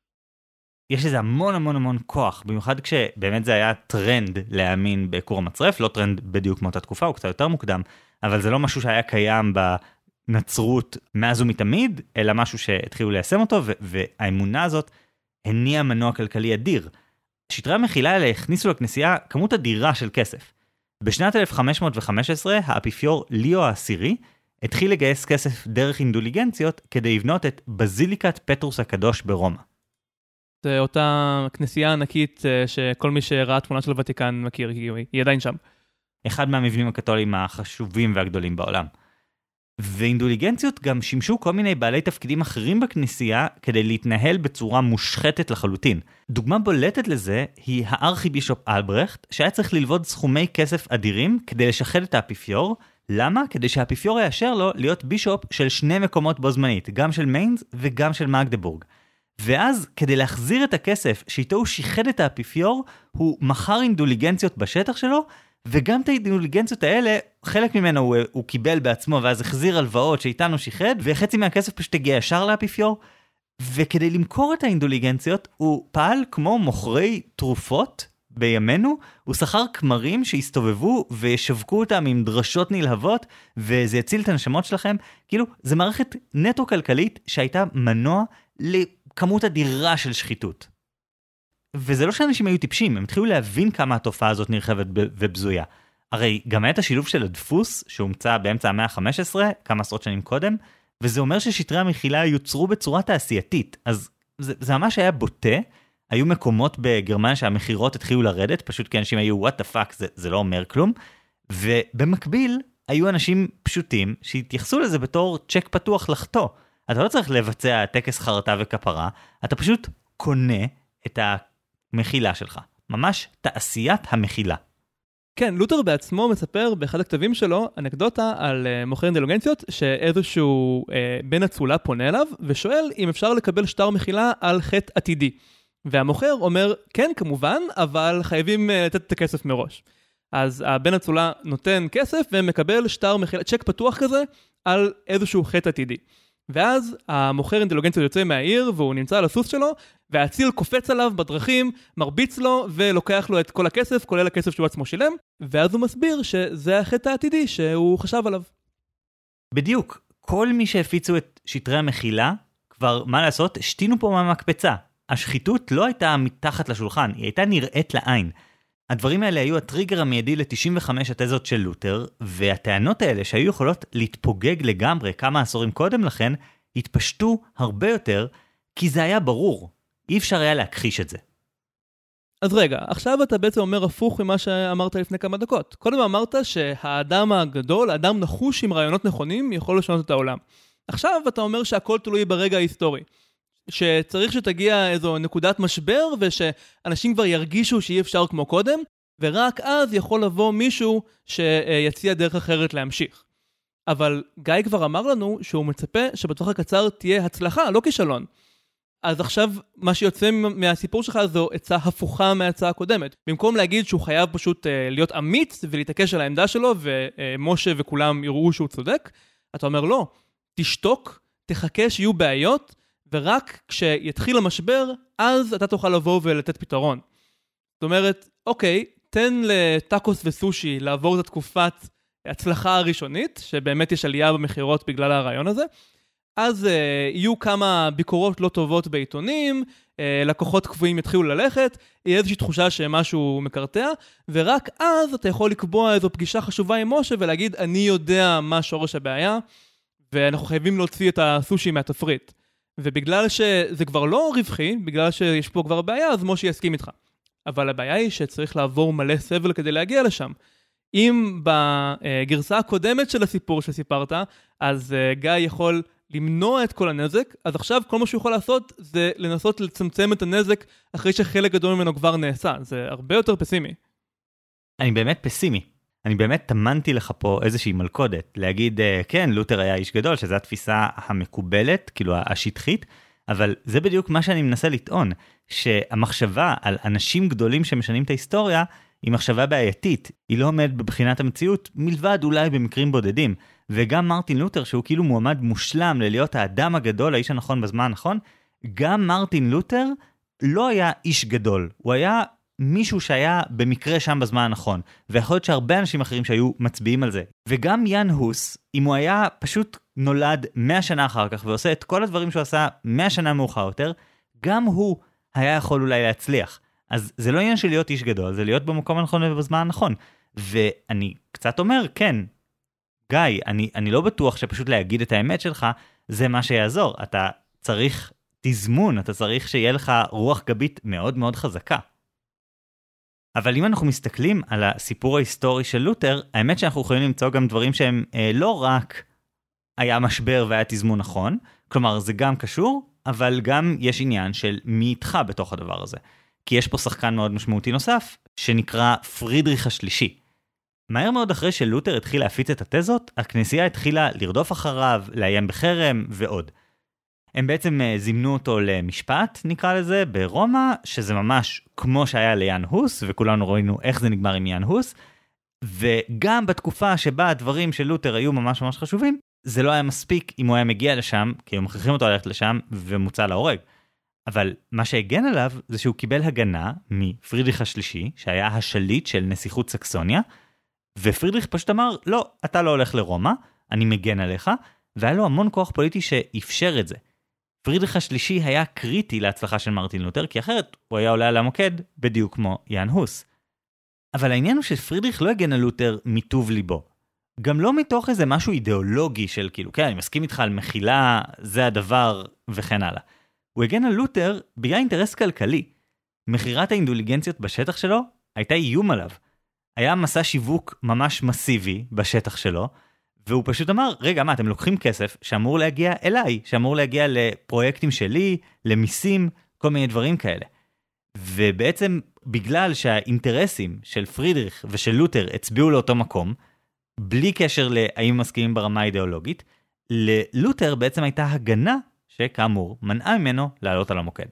יש איזה המון כוח, במיוחד כשבאמת זה היה טרנד להאמין בכור המצרף, לא טרנד בדיוק מאותה תקופה, הוא קצת יותר מוקדם, אבל זה לא משהו שהיה קיים בנצרות מאז ומתמיד, אלא משהו שהתחילו ליישם אותו, והאמונה הזאת הניעה מנוע כלכלי אדיר. שטרי המחילה האלה הכניסו לכנסייה כמות אדירה של כסף. בשנת 1515, האפיפיור ליאו העשירי התחיל לגייס כסף דרך אינדוליגנציות כדי לבנות את בזיליקת פטרוס הקדוש ברומא.
זה אותה כנסייה ענקית שכל מי שראה תמונה של הוותיקן מכיר, היא עדיין שם.
אחד מהמבנים הקתוליים החשובים והגדולים בעולם. ואינדוליגנציות גם שימשו כל מיני בעלי תפקידים אחרים בכנסייה כדי להתנהל בצורה מושחתת לחלוטין. דוגמה בולטת לזה היא הארכיבישופ אלברכט, שהיה צריך ללוות סכומי כסף אדירים כדי לשחד את האפיפיור. למה? כדי שהאפיפיור יאשר לו להיות בישופ של שני מקומות בו זמנית, גם של מיינז וגם של מגדבורג. ואז, כדי להחזיר את הכסף שאיתו הוא שיחד את האפיפיור, הוא מכר אינדוליגנציות בשטח שלו, וגם את האינדוליגנציות האלה, חלק ממנו הוא קיבל בעצמו, ואז החזיר הלוואות שאיתנו שיחד, וחצי מהכסף פשוט הגיע ישר לאפיפיור. וכדי למכור את האינדוליגנציות, הוא פעל כמו מוכרי תרופות בימינו, הוא שכר כמרים שהסתובבו וישווקו אותם עם דרשות נלהבות, וזה יציל את הנשמות שלכם. כאילו, זה מערכת נטו כלכלית שהייתה מנוע לכמות אדירה של שחיתות. וזה לא שאנשים היו טיפשים, הם התחילו להבין כמה התופעה הזאת נרחבת ובזויה. הרי גם היה את השילוב של הדפוס, שהומצא באמצע המאה ה-15, כמה עשרות שנים קודם, וזה אומר ששטרי המחילה יוצרו בצורה תעשייתית. אז זה ממש היה בוטה, היו מקומות בגרמניה שהמחירות התחילו לרדת, פשוט כי אנשים היו, what the fuck, זה לא אומר כלום, ובמקביל היו אנשים פשוטים שהתייחסו לזה בתור צ'ק פתוח לחתו. אתה לא צריך לבצע טקס חרטה וכפרה, אתה פשוט קונה את המחילה שלך. ממש תעשיית המחילה.
כן, לותר בעצמו מספר באחד הכתבים שלו אנקדוטה על מוכר אינדולגנציות, שאיזשהו בן אצולה פונה אליו ושואל אם אפשר לקבל שטר מחילה על חטא עתידי. והמוכר אומר, כן, כמובן, אבל חייבים לתת את הכסף מראש. אז הבן אצולה נותן כסף ומקבל שטר מחילה, צ'ק פתוח כזה, על איזשהו חטא עתידי. ואז המוכר אינטליגנציות יוצא מהעיר, והוא נמצא על הסוס שלו, והאציל קופץ עליו בדרכים, מרביץ לו, ולוקח לו את כל הכסף, כולל הכסף שהוא עצמו שילם, ואז הוא מסביר שזה החטא העתידי שהוא חשב עליו.
בדיוק, כל מי שהפיצו את שטרי המחילה, כבר מה לעשות, שתינו פה מהמקפצה. השחיתות לא הייתה מתחת לשולחן, היא הייתה נראית לעין. הדברים האלה היו הטריגר המיידי ל-95 התזות של לותר, והטענות האלה שהיו יכולות להתפוגג לגמרי כמה עשורים קודם לכן, התפשטו הרבה יותר, כי זה היה ברור. אי אפשר היה להכחיש את זה.
אז רגע, עכשיו אתה בעצם אומר הפוך ממה שאמרת לפני כמה דקות. קודם אמרת שהאדם הגדול, האדם נחוש עם רעיונות נכונים, יכול לשנות את העולם. עכשיו אתה אומר שהכל תלוי ברגע ההיסטורי. שצריך שתגיע איזו נקודת משבר, ושאנשים כבר ירגישו שאי אפשר כמו קודם, ורק אז יכול לבוא מישהו שיציע דרך אחרת להמשיך. אבל גיא כבר אמר לנו שהוא מצפה שבטווח הקצר תהיה הצלחה, לא כישלון. אז עכשיו מה שיוצא מהסיפור שלך זו עצה הפוכה מההצעה הקודמת. במקום להגיד שהוא חייב פשוט להיות אמיץ ולהתעקש על העמדה שלו, ומשה וכולם יראו שהוא צודק, אתה אומר לא, תשתוק, תחכה שיהיו בעיות, ורק כשיתחיל המשבר, אז אתה תוכל לבוא ולתת פתרון. זאת אומרת, אוקיי, תן לטאקוס וסושי לעבור את התקופת הצלחה הראשונית, שבאמת יש עלייה במחירות בגלל הרעיון הזה, אז יהיו כמה ביקורות לא טובות בעיתונים, לקוחות קבועים יתחילו ללכת, יהיה איזושהי תחושה שמשהו מקרטע, ורק אז אתה יכול לקבוע איזו פגישה חשובה עם משה ולהגיד, אני יודע מה שורש הבעיה, ואנחנו חייבים להוציא את הסושי מהתפריט. ובגלל שזה כבר לא רווחי, בגלל שיש פה כבר בעיה, אז משה יסכים איתך. אבל הבעיה היא שצריך לעבור מלא סבל כדי להגיע לשם. אם בגרסה הקודמת של הסיפור שסיפרת, אז גיא יכול למנוע את כל הנזק, אז עכשיו כל מה שהוא יכול לעשות זה לנסות לצמצם את הנזק אחרי שחלק גדול ממנו כבר נעשה. זה הרבה יותר פסימי.
אני באמת פסימי. אני באמת תמנתי לך פה איזושהי מלכודת, להגיד, כן, לותר היה איש גדול, שזו התפיסה המקובלת, כאילו השטחית, אבל זה בדיוק מה שאני מנסה לטעון, שהמחשבה על אנשים גדולים שמשנים את ההיסטוריה, היא מחשבה בעייתית, היא לא עומדת בבחינת המציאות, מלבד אולי במקרים בודדים, וגם מרטין לותר, שהוא כאילו מועמד מושלם ללהיות האדם הגדול, האיש הנכון בזמן הנכון, גם מרטין לותר לא היה איש גדול, הוא היה מישהו שהיה במקרה שם בזמן הנכון, ויכול להיות שהרבה אנשים אחרים שהיו מצביעים על זה. וגם יאן הוס, אם הוא היה פשוט נולד 100 שנה אחר כך, ועושה את כל הדברים שהוא עשה 100 שנה מאוחר יותר, גם הוא היה יכול אולי להצליח. אז זה לא עניין של להיות איש גדול, זה להיות במקום הנכון ובזמן הנכון. ואני קצת אומר, כן, גיא, אני לא בטוח שפשוט להגיד את האמת שלך, זה מה שיעזור. אתה צריך תזמון, אתה צריך שיהיה לך רוח גבית מאוד מאוד חזקה. אבל אם אנחנו מסתכלים על הסיפור ההיסטורי של לותר, האמת שאנחנו יכולים למצוא גם דברים שהם לא רק היה משבר והיה תזמון נכון, כלומר זה גם קשור, אבל גם יש עניין של מי איתך בתוך הדבר הזה. כי יש פה שחקן מאוד משמעותי נוסף, שנקרא פרידריך השלישי. מהר מאוד אחרי שלותר התחיל להפיץ את התזות, הכנסייה התחילה לרדוף אחריו, לאיים בחרם ועוד. הם בעצם זימנו אותו למשפט, נקרא לזה, ברומא, שזה ממש כמו שהיה ליאן הוס, וכולנו ראינו איך זה נגמר עם יאן הוס, וגם בתקופה שבה הדברים של לותר היו ממש ממש חשובים, זה לא היה מספיק אם הוא היה מגיע לשם, כי הם מכריחים אותו ללכת לשם ומוצא להורג. אבל מה שהגן עליו זה שהוא קיבל הגנה מפרידריך השלישי, שהיה השליט של נסיכות סקסוניה, ופרידריך פשוט אמר, לא, אתה לא הולך לרומא, אני מגן עליך, והיה לו המון כוח פוליטי שאפשר את זה. פרידריך השלישי היה קריטי להצלחה של מרטין לותר, כי אחרת הוא היה עולה על המוקד בדיוק כמו יאן הוס. אבל העניין הוא שפרידריך לא הגן על לותר מטוב ליבו. גם לא מתוך איזה משהו אידיאולוגי של כאילו, כן, אני מסכים איתך על מחילה, זה הדבר וכן הלאה. הוא הגן על לותר בגלל אינטרס כלכלי. מחירת האינדוליגנציות בשטח שלו הייתה איום עליו. היה מסע שיווק ממש מסיבי בשטח שלו, והוא פשוט אמר, רגע, מה, אתם לוקחים כסף שאמור להגיע אליי, שאמור להגיע לפרויקטים שלי, למיסים, כל מיני דברים כאלה. ובעצם בגלל שהאינטרסים של פרידריך ושל לותר הצביעו לאותו מקום, בלי קשר להאם מסכימים ברמה האידיאולוגית, ללותר בעצם הייתה הגנה שכאמור מנעה ממנו לעלות על המוקד.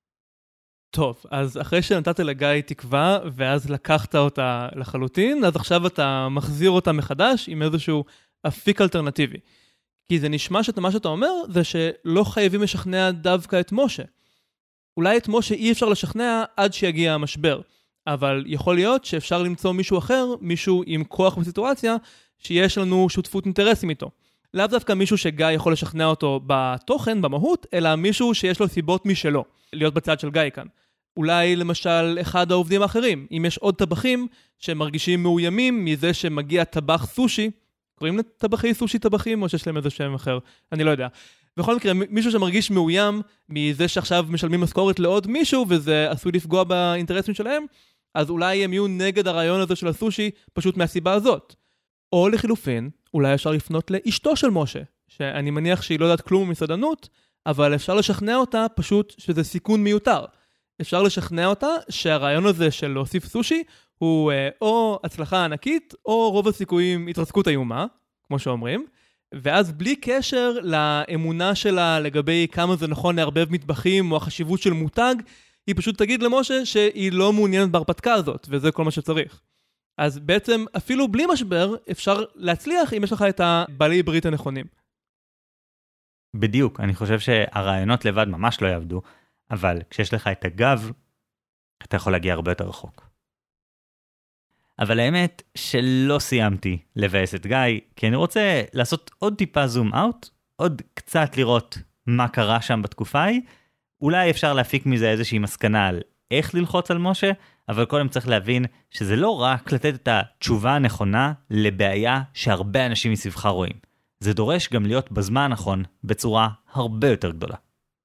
טוב, אז אחרי שנתת לגיא תקווה, ואז לקחת אותה לחלוטין, אז עכשיו אתה מחזיר אותה מחדש עם איזשהו אפיק אלטרנטיבי. כי זה נשמע שמה שאתה אומר, זה שלא חייבים לשכנע דווקא את משה. אולי את משה אי אפשר לשכנע עד שיגיע המשבר. אבל יכול להיות שאפשר למצוא מישהו אחר, מישהו עם כוח בסיטואציה, שיש לנו שותפות אינטרסים איתו. לאו דווקא מישהו שגיא יכול לשכנע אותו בתוכן, במהות, אלא מישהו שיש לו סיבות משלו, להיות בצד של גיא כאן. אולי למשל אחד העובדים האחרים, אם יש עוד טבחים שמרגישים מאוימים מזה שמגיע טבח סושי, קוראים לטבחי סושי טבחים או שיש להם איזה שם אחר, אני לא יודע. בכל מקרה, מישהו שמרגיש מאוים מזה שעכשיו משלמים משכורת לעוד מישהו וזה עשוי לפגוע באינטרסים שלהם, אז אולי הם יהיו נגד הרעיון הזה של הסושי פשוט מהסיבה הזאת. או לחילופין, אולי אפשר לפנות לאשתו של משה, שאני מניח שהיא לא יודעת כלום ממסעדנות, אבל אפשר לשכנע אותה פשוט שזה סיכון מיותר. אפשר לשכנע אותה שהרעיון הזה של להוסיף סושי הוא או הצלחה ענקית, או רוב הסיכויים התרסקות איומה, כמו שאומרים, ואז בלי קשר לאמונה שלה לגבי כמה זה נכון להרבב מטבחים או החשיבות של מותג, היא פשוט תגיד למשה שהיא לא מעוניינת בהרפתקה הזאת, וזה כל מה שצריך. אז בעצם אפילו בלי משבר אפשר להצליח אם יש לך את הבעלי ברית הנכונים.
בדיוק, אני חושב שהרעיונות לבד ממש לא יעבדו, אבל כשיש לך את הגב, אתה יכול להגיע הרבה יותר רחוק. אבל האמת שלא סיימתי לבאס את גיא, כי אני רוצה לעשות עוד טיפה זום אאוט, עוד קצת לראות מה קרה שם בתקופה ההיא, אולי אפשר להפיק מזה איזושהי מסקנה על איך ללחוץ על משה, אבל קודם צריך להבין שזה לא רק לתת את התשובה הנכונה לבעיה שהרבה אנשים מסביבך רואים. זה דורש גם להיות בזמן הנכון בצורה הרבה יותר גדולה.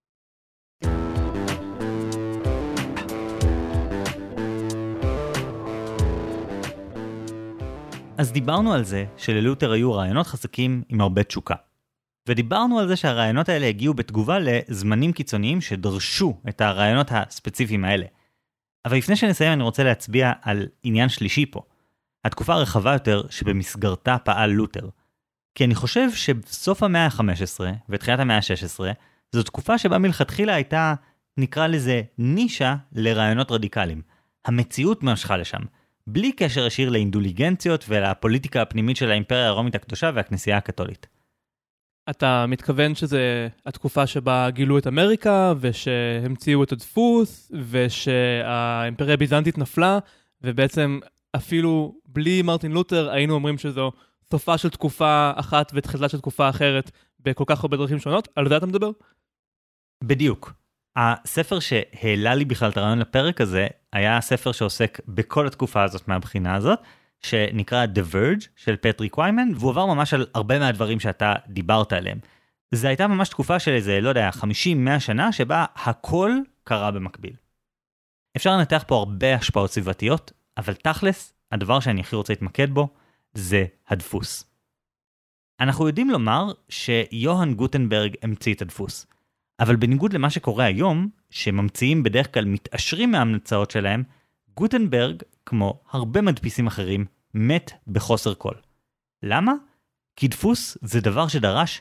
אז דיברנו על זה שללותר היו רעיונות חזקים עם הרבה תשוקה. ודיברנו על זה שהרעיונות האלה הגיעו בתגובה לזמנים קיצוניים שדרשו את הרעיונות הספציפיים האלה. אבל לפני שנסיים אני רוצה להצביע על עניין שלישי פה. התקופה הרחבה יותר שבמסגרתה פעל לותר. כי אני חושב שבסוף המאה ה-15 ותחילת המאה ה-16 זו תקופה שבה מלכתחילה הייתה, נקרא לזה, נישה לרעיונות רדיקליים. המציאות משכה לשם. בלי קשר ישיר לאינדוליגנציות ולפוליטיקה הפנימית של האימפריה הרומית הקדושה והכנסייה הקתולית.
אתה מתכוון שזה התקופה שבה גילו את אמריקה, ושהמציאו את הדפוס, ושהאימפריה הביזנטית נפלה, ובעצם אפילו בלי מרטין לותר היינו אומרים שזו סופה של תקופה אחת ותחילתה של תקופה אחרת בכל כך הרבה דרכים שונות. על זה אתה מדבר?
בדיוק. הספר שהעלה לי בכלל את הרעיון לפרק הזה, היה ספר שעוסק בכל התקופה הזאת מהבחינה הזאת, שנקרא The Verge של פטריק ויימן, והוא עבר ממש על הרבה מהדברים שאתה דיברת עליהם. זה הייתה ממש תקופה של איזה, לא יודע, 50-100 שנה, שבה הכל קרה במקביל. אפשר לנתח פה הרבה השפעות סביבתיות, אבל תכלס, הדבר שאני הכי רוצה להתמקד בו, זה הדפוס. אנחנו יודעים לומר שיוהאן גוטנברג המציא את הדפוס, אבל בניגוד למה שקורה היום, שממציאים בדרך כלל מתעשרים מההמצאות שלהם, גוטנברג, כמו הרבה מדפיסים אחרים, מת בחוסר כל. למה? כי דפוס זה דבר שדרש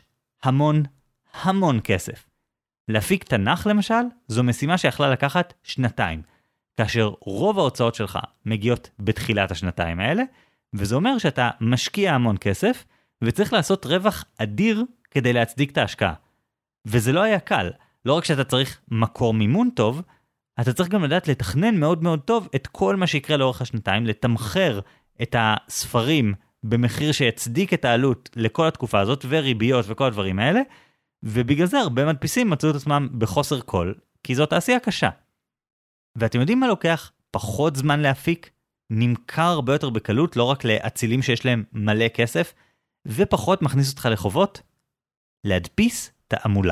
המון כסף. להפיק תנ"ך למשל, זו משימה שיכלה לקחת 2, כאשר רוב ההוצאות שלך מגיעות בתחילת השנתיים האלה, וזה אומר שאתה משקיע המון כסף, וצריך לעשות רווח אדיר כדי להצדיק את ההשקעה. וזה לא היה קל. לא רק שאתה צריך מקור מימון טוב, אתה צריך גם לדעת לתכנן מאוד טוב את כל מה שיקרה לאורך השנתיים, לתמחר את הספרים במחיר שיצדיק את העלות לכל התקופה הזאת, וריביות וכל הדברים האלה, ובגלל זה הרבה מדפיסים מצאו את עצמם בחוסר כל, כי זו תעשייה קשה. ואתם יודעים מה לוקח פחות זמן להפיק? נמכר הרבה יותר בקלות, לא רק לאצילים שיש להם מלא כסף, ופחות מכניס אותך לחובות? להדפיס תעמולה.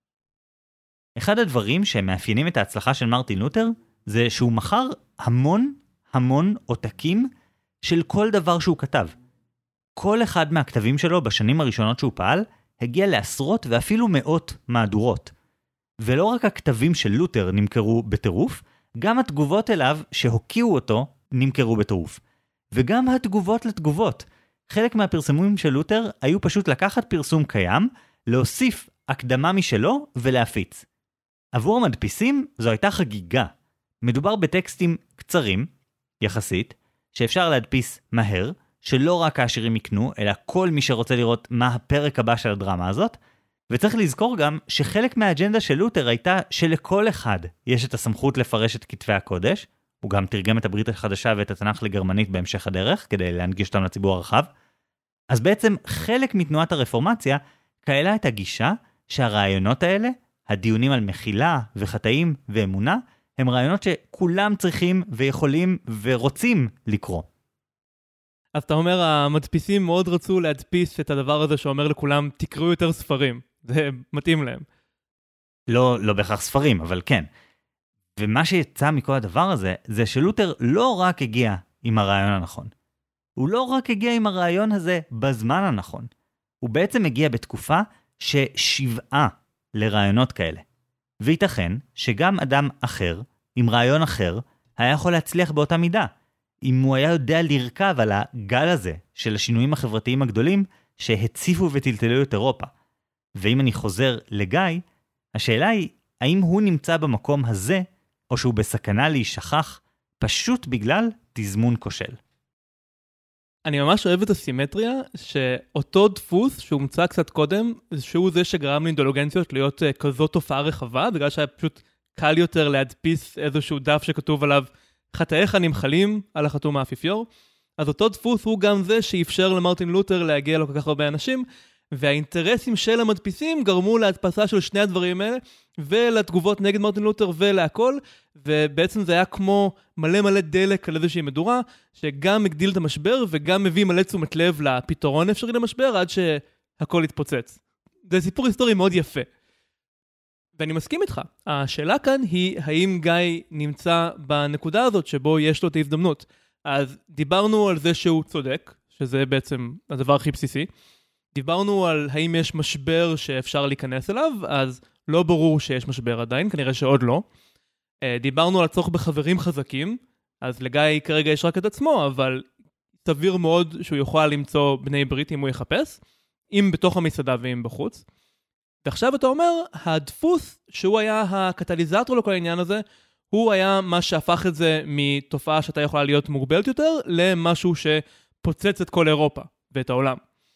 אחד הדברים שמאפיינים את ההצלחה של מרטין לותר, זה שהוא מכר המון עותקים של כל דבר שהוא כתב. כל אחד מהכתבים שלו בשנים הראשונות שהוא פעל, הגיע לעשרות ואפילו מאות מהדורות. ולא רק הכתבים של לותר נמכרו בטירוף, גם התגובות אליו שהוקיעו אותו נמכרו בטירוף. וגם התגובות לתגובות. חלק מהפרסומים של לותר היו פשוט לקחת פרסום קיים, להוסיף הקדמה משלו ולהפיץ. עבור המדפיסים זו הייתה חגיגה. מדובר בטקסטים קצרים, יחסית, שאפשר להדפיס מהר, שלא רק העשירים יקנו, אלא כל מי שרוצה לראות מה הפרק הבא של הדרמה הזאת, וצריך לזכור גם שחלק מהאג'נדה של לותר הייתה שלכל אחד יש את הסמכות לפרש את כתבי הקודש, הוא גם תרגם את הברית החדשה ואת התנ"ך לגרמנית בהמשך הדרך, כדי להנגיש אותם לציבור הרחב. אז בעצם חלק מתנועת הרפורמציה קהלה את הגישה שהרעיונות האלה, הדיונים על מחילה וחטאים ואמונה, הם רעיונות שכולם צריכים ויכולים ורוצים לקרוא.
אז אתה אומר, המדפיסים מאוד רצו להדפיס את הדבר הזה שאומר לכולם, תקראו יותר ספרים. זה מתאים להם.
לא בהכרח ספרים, אבל כן. ומה שיצא מכל הדבר הזה, זה שלותר לא רק הגיע עם הרעיון הנכון. הוא לא רק הגיע עם הרעיון הזה בזמן הנכון. הוא בעצם הגיע בתקופה ששבעה לרעיונות כאלה. וייתכן שגם אדם אחר, עם רעיון אחר, היה יכול להצליח באותה מידה. אם הוא היה יודע לרכב על הגל הזה של השינויים החברתיים הגדולים שהציפו וטלטלו את אירופה. ואם אני חוזר לגיא, השאלה היא, האם הוא נמצא במקום הזה, או שהוא בסכנה להישכח, פשוט בגלל תזמון כושל.
אני ממש אוהב את הסימטריה, שאותו דפוס שהומצא קצת קודם, שהוא זה שגרם לאינדולוגנציות להיות כזאת תופעה רחבה, בגלל שהיה פשוט קל יותר להדפיס איזשהו דף שכתוב עליו חטאיך נמחלים על החתום האפיפיור, אז אותו דפוס הוא גם זה שאפשר למרטין לותר להגיע לו כל כך הרבה אנשים, והאינטרסים של המדפיסים גרמו להדפסה של שני הדברים האלה, ולתגובות נגד מרטין לותר ולהכל, ובעצם זה היה כמו מלא דלק על איזושהי מדורה, שגם הגדיל את המשבר, וגם מביא מלא תשומת לב לפתרון אפשרי למשבר, עד שהכל התפוצץ. זה סיפור היסטורי מאוד יפה. ואני מסכים איתך. השאלה כאן היא, האם גיא נמצא בנקודה הזאת, שבו יש לו את ההזדמנות. אז דיברנו על זה שהוא צודק, שזה בעצם הדבר הכי בסיסי. דיברנו על האם יש משבר שאפשר להיכנס אליו, אז לא ברור שיש משבר עדיין, כנראה שעוד לא. דיברנו על הצורך בחברים חזקים, אז לגיא כרגע יש רק את עצמו, אבל סביר מאוד שהוא יוכל למצוא בני ברית אם הוא יחפש, אם בתוך המסעדה ואם בחוץ. ועכשיו אתה אומר, הדפוס שהוא היה הקטליזטור לכל העניין הזה, הוא היה מה שהפך את זה מתופעה שאתה יכולה להיות מוגבלת יותר, למשהו שפוצץ את כל אירופה ואת העולם.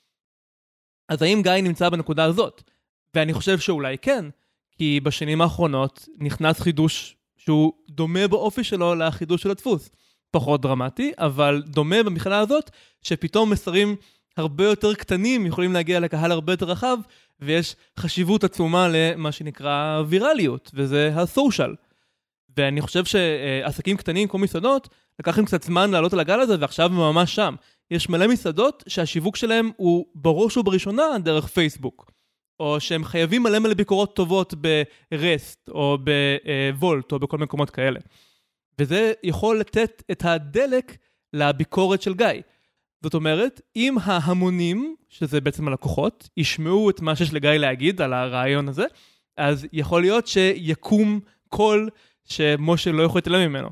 אז האם גיא נמצא בנקודה הזאת? ואני חושב שאולי כן, כי בשנים האחרונות נכנס חידוש שהוא דומה באופי שלו לחידוש של הדפוס. פחות דרמטי, אבל דומה במכלה הזאת, שפתאום מסרים הרבה יותר קטנים יכולים להגיע לקהל הרבה יותר רחב, ויש חשיבות עצומה למה שנקרא וירליות, וזה הסושיאל. ואני חושב שעסקים קטנים כמו מסעדות, לקחים קצת זמן לעלות על הגל הזה, ועכשיו הם ממש שם. יש מלא מסעדות שהשיווק שלהם הוא בראש ובראשונה דרך פייסבוק. או שהם חייבים מלא ביקורות טובות ברסט, או בוולט, או בכל מקומות כאלה. וזה יכול לתת את הדלק לביקורת של גיא. זאת אומרת, אם ההמונים, שזה בעצם הלקוחות, ישמעו את מה שיש לגיא להגיד על הרעיון הזה, אז יכול להיות שיקום קול שמשה לא יכול להתעלם ממנו.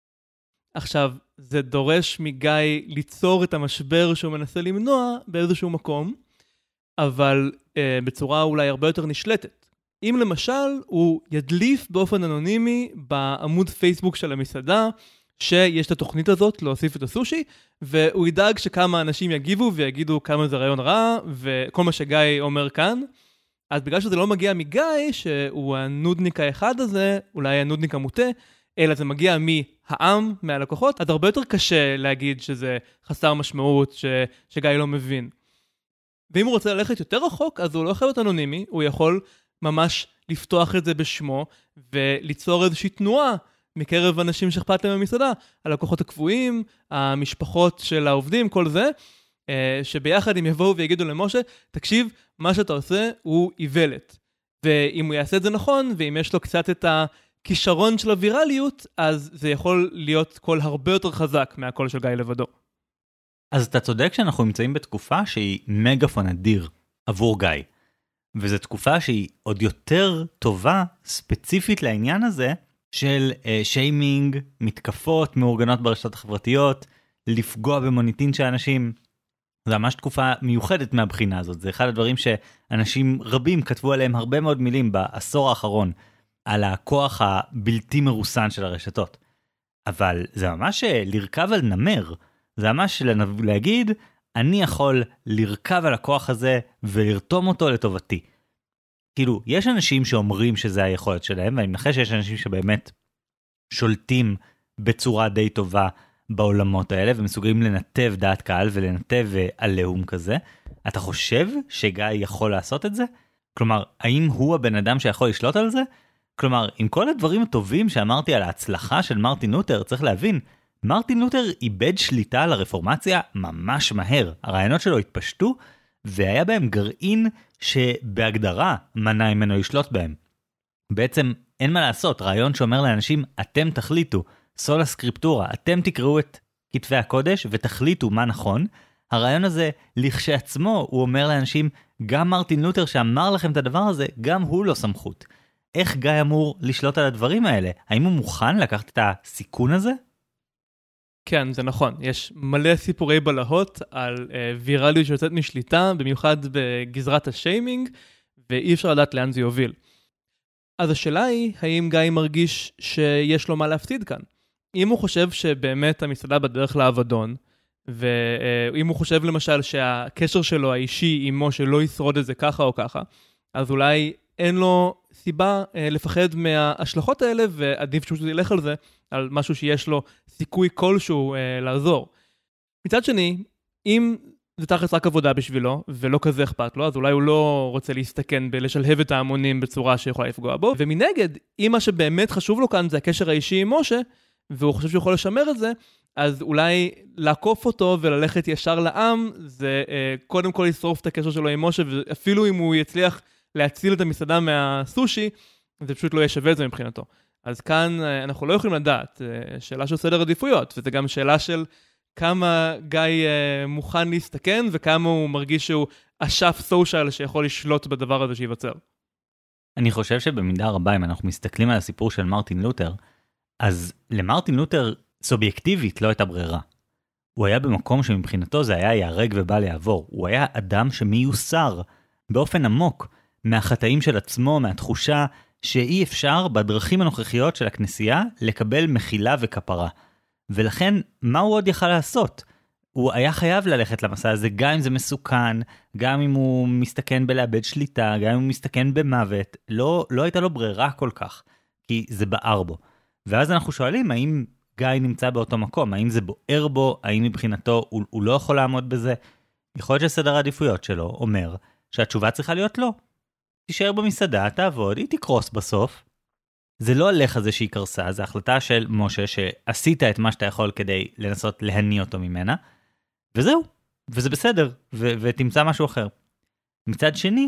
עכשיו, זה דורש מגיא ליצור את המשבר שהוא מנסה למנוע באיזשהו מקום, אבל בצורה אולי הרבה יותר נשלטת. אם למשל הוא ידליף באופן אנונימי בעמוד פייסבוק של המסעדה, שיש את התוכנית הזאת להוסיף את הסושי, והוא ידאג שכמה אנשים יגיבו ויגידו כמה זה רעיון רע, וכל מה שגיא אומר כאן, אז בגלל שזה לא מגיע מגיא, שהוא הנודניק האחד הזה, אולי הנודניק המוטה, אלא זה מגיע מהעם, מהלקוחות, אז הרבה יותר קשה להגיד שזה חסר משמעות, שגיא לא מבין. ואם הוא רוצה ללכת יותר רחוק, אז הוא לא יכול להיות אנונימי, הוא יכול ממש לפתוח את זה בשמו, וליצור איזושהי תנועה מקרב אנשים שאכפת להם במסעדה, הלקוחות הקבועים, המשפחות של העובדים, כל זה, שביחד הם יבואו ויגידו למשה, תקשיב, מה שאתה עושה הוא איוולת. ואם הוא יעשה את זה נכון, ואם יש לו קצת את הכישרון של הווירליות, אז זה יכול להיות קול הרבה יותר חזק מהקול של גיא לבדו.
אז אתה צודק שאנחנו נמצאים בתקופה שהיא מגפון אדיר עבור גיא. וזו תקופה שהיא עוד יותר טובה, ספציפית לעניין הזה, של שיימינג, מתקפות, מאורגנות ברשתות החברתיות, לפגוע במוניטין של אנשים. זו ממש תקופה מיוחדת מהבחינה הזאת. זה אחד הדברים שאנשים רבים כתבו עליהם הרבה מאוד מילים בעשור האחרון, על הכוח הבלתי מרוסן של הרשתות. אבל זה ממש לרכב על נמר. זה ממש להגיד, אני יכול לרכב על הכוח הזה ולרתום אותו לטובתי. כאילו, יש אנשים שאומרים שזה היכולת שלהם, ואני מנחש שיש אנשים שבאמת שולטים בצורה די טובה בעולמות האלה, ומסוגלים לנתב דעת קהל ולנתב עליהום כזה. אתה חושב שגיא יכול לעשות את זה? כלומר, האם הוא הבן אדם שיכול לשלוט על זה? כלומר, עם כל הדברים הטובים שאמרתי על ההצלחה של מרטין לותר, צריך להבין, מרטין לותר איבד שליטה על הרפורמציה ממש מהר. הרעיונות שלו התפשטו, והיה בהם גרעין שבהגדרה מנע ממנו לשלוט בהם. בעצם אין מה לעשות, רעיון שאומר לאנשים, אתם תחליטו, סולה סקריפטורה, אתם תקראו את כתבי הקודש ותחליטו מה נכון. הרעיון הזה, לכשעצמו, הוא אומר לאנשים, גם מרטין לותר שאמר לכם את הדבר הזה, גם הוא לא סמכות. איך גיא אמור לשלוט על הדברים האלה? האם הוא מוכן לקחת את הסיכון הזה?
כן, זה נכון. יש מלא סיפורי בלהות על ויראליות שיוצאת משליטה, במיוחד בגזרת השיימינג, ואי אפשר לדעת לאן זה יוביל. אז השאלה היא, האם גיא מרגיש שיש לו מה להפסיד כאן? אם הוא חושב שבאמת המסעדה בדרך לאבדון, ואם הוא חושב למשל שהקשר שלו האישי עם משה לא ישרוד את זה ככה או ככה, אז אולי אין לו סיבה לפחד מההשלכות האלה, ועדיף שהוא ילך על זה, על משהו שיש לו סיכוי כלשהו לעזור. מצד שני, אם זה תכלס רק עבודה בשבילו, ולא כזה אכפת לו, אז אולי הוא לא רוצה להסתכן בלשלהב את ההמונים בצורה שיכולה לפגוע בו. ומנגד, אם מה שבאמת חשוב לו כאן זה הקשר האישי עם משה, והוא חושב שהוא יכול לשמר את זה, אז אולי לעקוף אותו וללכת ישר לעם, זה קודם כל לשרוף את הקשר שלו עם משה, ואפילו אם הוא יצליח להציל את המסעדה מהסושי, זה פשוט לא יהיה שווה את זה מבחינתו. אז כאן אנחנו לא יכולים לדעת, שאלה של סדר עדיפויות, וזה גם שאלה של כמה גיא מוכן להסתכן, וכמה הוא מרגיש שהוא אשף סושיאל שיכול לשלוט בדבר הזה שיווצר.
אני חושב שבמידה רבה, אם אנחנו מסתכלים על הסיפור של מרטין לותר, אז למרטין לותר סובייקטיבית לא הייתה ברירה. הוא היה במקום שמבחינתו זה היה יהרג ובל יעבור. הוא היה אדם שמיוסר באופן עמוק מהחטאים של עצמו, מהתחושה שאי אפשר בדרכים הנוכחיות של הכנסייה לקבל מחילה וכפרה. ולכן, מה הוא עוד יכל לעשות? הוא היה חייב ללכת למסע הזה, גם אם זה מסוכן, גם אם הוא מסתכן בלאבד שליטה, גם אם הוא מסתכן במוות, לא הייתה לו ברירה כל כך, כי זה בער בו. ואז אנחנו שואלים, האם גיא נמצא באותו מקום? האם זה בוער בו? האם מבחינתו הוא לא יכול לעמוד בזה? יכול להיות שסדר העדיפויות שלו אומר שהתשובה צריכה להיות לא. תישאר במסעדה, תעבוד, היא תקרוס בסוף. זה לא עליך זה שהיא קרסה, זה החלטה של משה שעשית את מה שאתה יכול כדי לנסות להניע אותו ממנה, וזהו, וזה בסדר, ותמצא משהו אחר. מצד שני,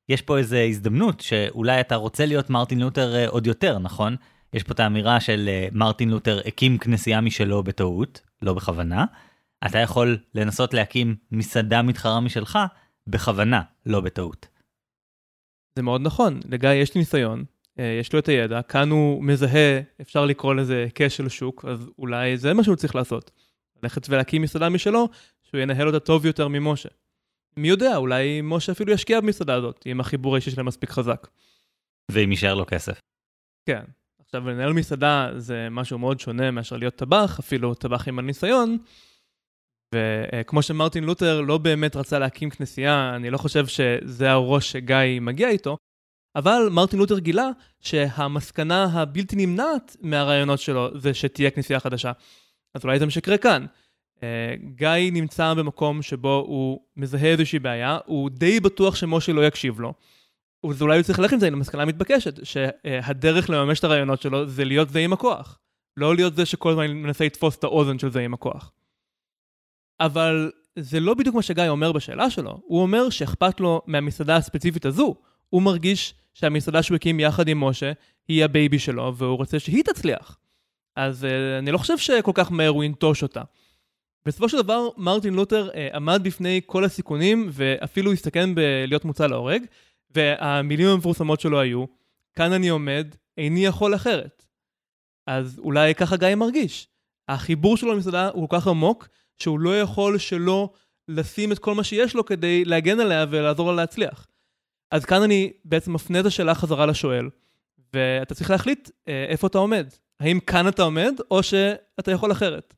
יש פה איזו הזדמנות שאולי אתה רוצה להיות מרטין לותר עוד יותר, נכון? יש פה את האמירה של מרטין לותר הקים כנסייה משלו בטעות, לא בכוונה. אתה יכול לנסות להקים מסעדה מתחרה משלך בכוונה, לא בטעות.
זה מאוד נכון, לגיא יש ניסיון, יש לו את הידע, כאן הוא מזהה, אפשר לקרוא לזה כשל שוק, אז אולי זה מה שהוא צריך לעשות. ללכת ולהקים מסעדה משלו, שהוא ינהל אותה טוב יותר ממשה. מי יודע, אולי משה אפילו ישקיע במסעדה הזאת, אם החיבור האישי שלהם מספיק חזק.
ואם יישאר לו כסף.
כן. עכשיו, לנהל מסעדה זה משהו מאוד שונה מאשר להיות טבח, אפילו טבח עם הניסיון, וכמו שמרטין לותר לא באמת רצה להקים כנסייה, אני לא חושב שזה הראש שגיא מגיע איתו, אבל מרטין לותר גילה שהמסקנה הבלתי נמנעת מהרעיונות שלו זה שתהיה כנסייה חדשה. אז אולי זה משקרה כאן. גיא נמצא במקום שבו הוא מזהה איזושהי בעיה, הוא די בטוח שמשה לא יקשיב לו. אז אולי הוא צריך ללכת עם זה, עם המסקנה המתבקשת, שהדרך לממש את הרעיונות שלו זה להיות זה עם הכוח. לא להיות זה שכל הזמן מנסה לתפוס את האוזן של זה עם הכוח. אבל זה לא בדיוק מה שגיא אומר בשאלה שלו. הוא אומר שאכפת לו מהמסעדה הספציפית הזו. הוא מרגיש שהמסעדה שהוא הקים יחד עם משה היא הבייבי שלו, והוא רוצה שהיא תצליח. אז אני לא חושב שכל כך מהר הוא ינטוש אותה. בסופו של דבר, מרטין לותר עמד בפני כל הסיכונים, ואפילו הסתכן בלהיות מוצא להורג, והמילים המפורסמות שלו היו, כאן אני עומד, איני יכול אחרת. אז אולי ככה גיא מרגיש. החיבור שלו למסעדה הוא כל כך עמוק, שהוא לא יכול שלא לשים את כל מה שיש לו כדי להגן עליה ולעזור לה להצליח. אז כאן אני בעצם מפנה את השאלה חזרה לשואל, ואתה צריך להחליט איפה אתה עומד. האם כאן אתה עומד, או שאתה יכול אחרת?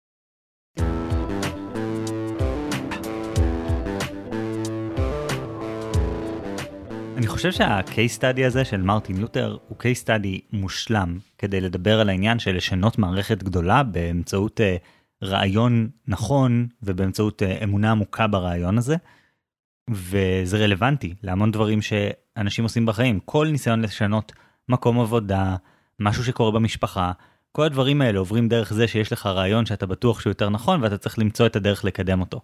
אני חושב שה-case study הזה של מרטין לותר הוא case study מושלם כדי לדבר על העניין של לשנות מערכת גדולה באמצעות רעיון נכון ובאמצעות אמונה עמוקה ברעיון הזה, וזה רלוונטי להמון דברים שאנשים עושים בחיים. כל ניסיון לשנות מקום עבודה, משהו שקורה במשפחה, כל הדברים האלה עוברים דרך זה שיש לך רעיון שאתה בטוח שהוא יותר נכון ואתה צריך למצוא את הדרך לקדם אותו.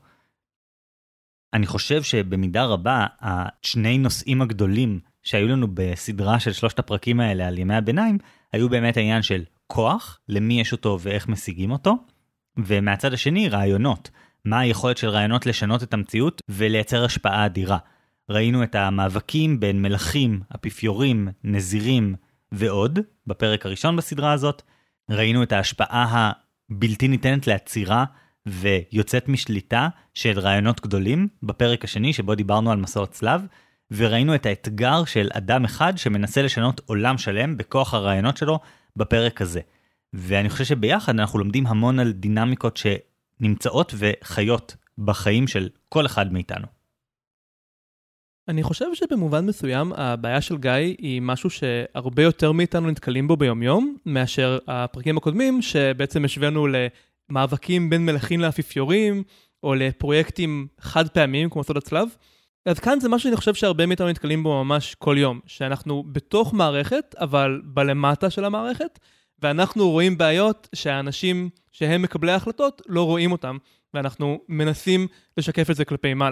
אני חושב שבמידה רבה, השני נושאים הגדולים שהיו לנו בסדרה של 3 הפרקים האלה על ימי הביניים, היו באמת העניין של כוח, למי יש אותו ואיך משיגים אותו, ומהצד השני רעיונות, מה היכולת של רעיונות לשנות את המציאות ולייצר השפעה אדירה. ראינו את המאבקים בין מלכים, אפיפיורים, נזירים ועוד, בפרק הראשון בסדרה הזאת, ראינו את ההשפעה הבלתי ניתנת לעצירה, ויוצאת משליטה של רעיונות גדולים בפרק השני שבו דיברנו על מסעות צלב, וראינו את האתגר של אדם אחד שמנסה לשנות עולם שלם בכוח הרעיונות שלו בפרק הזה. ואני חושב שביחד אנחנו לומדים המון על דינמיקות שנמצאות וחיות בחיים של כל אחד מאיתנו.
אני חושב שבמובן מסוים הבעיה של גיא היא משהו שהרבה יותר מאיתנו נתקלים בו ביום יום, מאשר הפרקים הקודמים שבעצם השווינו מאבקים בין מלכים לאפיפיורים, או לפרויקטים חד פעמים, כמו סוד הצלב. אז כאן זה משהו שאני חושב שהרבה מאיתנו נתקלים בו ממש כל יום, שאנחנו בתוך מערכת, אבל בלמטה של המערכת, ואנחנו רואים בעיות שהאנשים שהם מקבלי ההחלטות לא רואים אותם, ואנחנו מנסים לשקף את זה כלפי מעלה.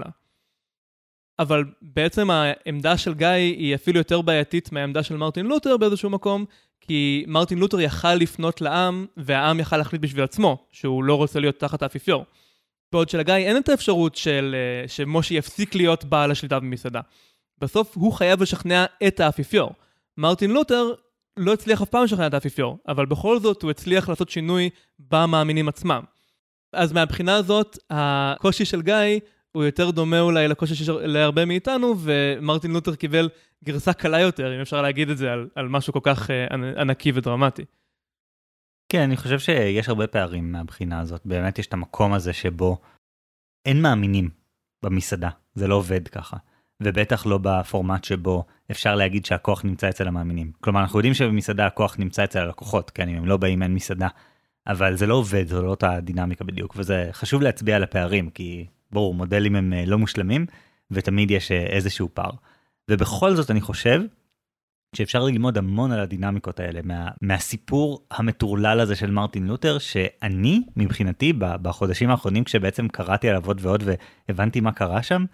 אבל בעצם העמדה של גיא היא אפילו יותר בעייתית מהעמדה של מרטין לותר באיזשהו מקום, כי מרטין לותר יכל לפנות לעם, והעם יכל להחליט בשביל עצמו, שהוא לא רוצה להיות תחת האפיפיור. בעוד שלגיא אין את האפשרות שמשה יפסיק להיות בעל השליטה במסעדה. בסוף הוא חייב לשכנע את האפיפיור. מרטין לותר לא הצליח אף פעם לשכנע את האפיפיור, אבל בכל זאת הוא הצליח לעשות שינוי במאמינים עצמם. אז מהבחינה הזאת, הקושי של גיא הוא יותר דומה אולי לקושי להרבה מאיתנו, ומרטין לותר קיבל גרסה קלה יותר, אם אפשר להגיד את זה על משהו כל כך ענקי ודרמטי.
כן, אני חושב שיש הרבה פערים מהבחינה הזאת. באמת יש את המקום הזה שבו אין מאמינים במסעדה. זה לא עובד ככה. ובטח לא בפורמט שבו אפשר להגיד שהכוח נמצא אצל המאמינים. כלומר, אנחנו יודעים שבמסעדה הכוח נמצא אצל הלקוחות, כן, אם הם לא באים אין מסעדה. אבל זה לא עובד, זו לא אותה הדינמיקה בדיוק. וזה חשוב להצביע על הפערים, כי ברור, מודלים הם לא מושלמים, ותמיד יש איזשהו פער. ובכל זאת אני חושב שאפשר ללמוד המון על הדינמיקות האלה, מהסיפור המטורלל הזה של מרטין לותר, שאני, מבחינתי, בחודשים האחרונים, כשבעצם קראתי עליו עוד ועוד והבנתי מה קרה שם,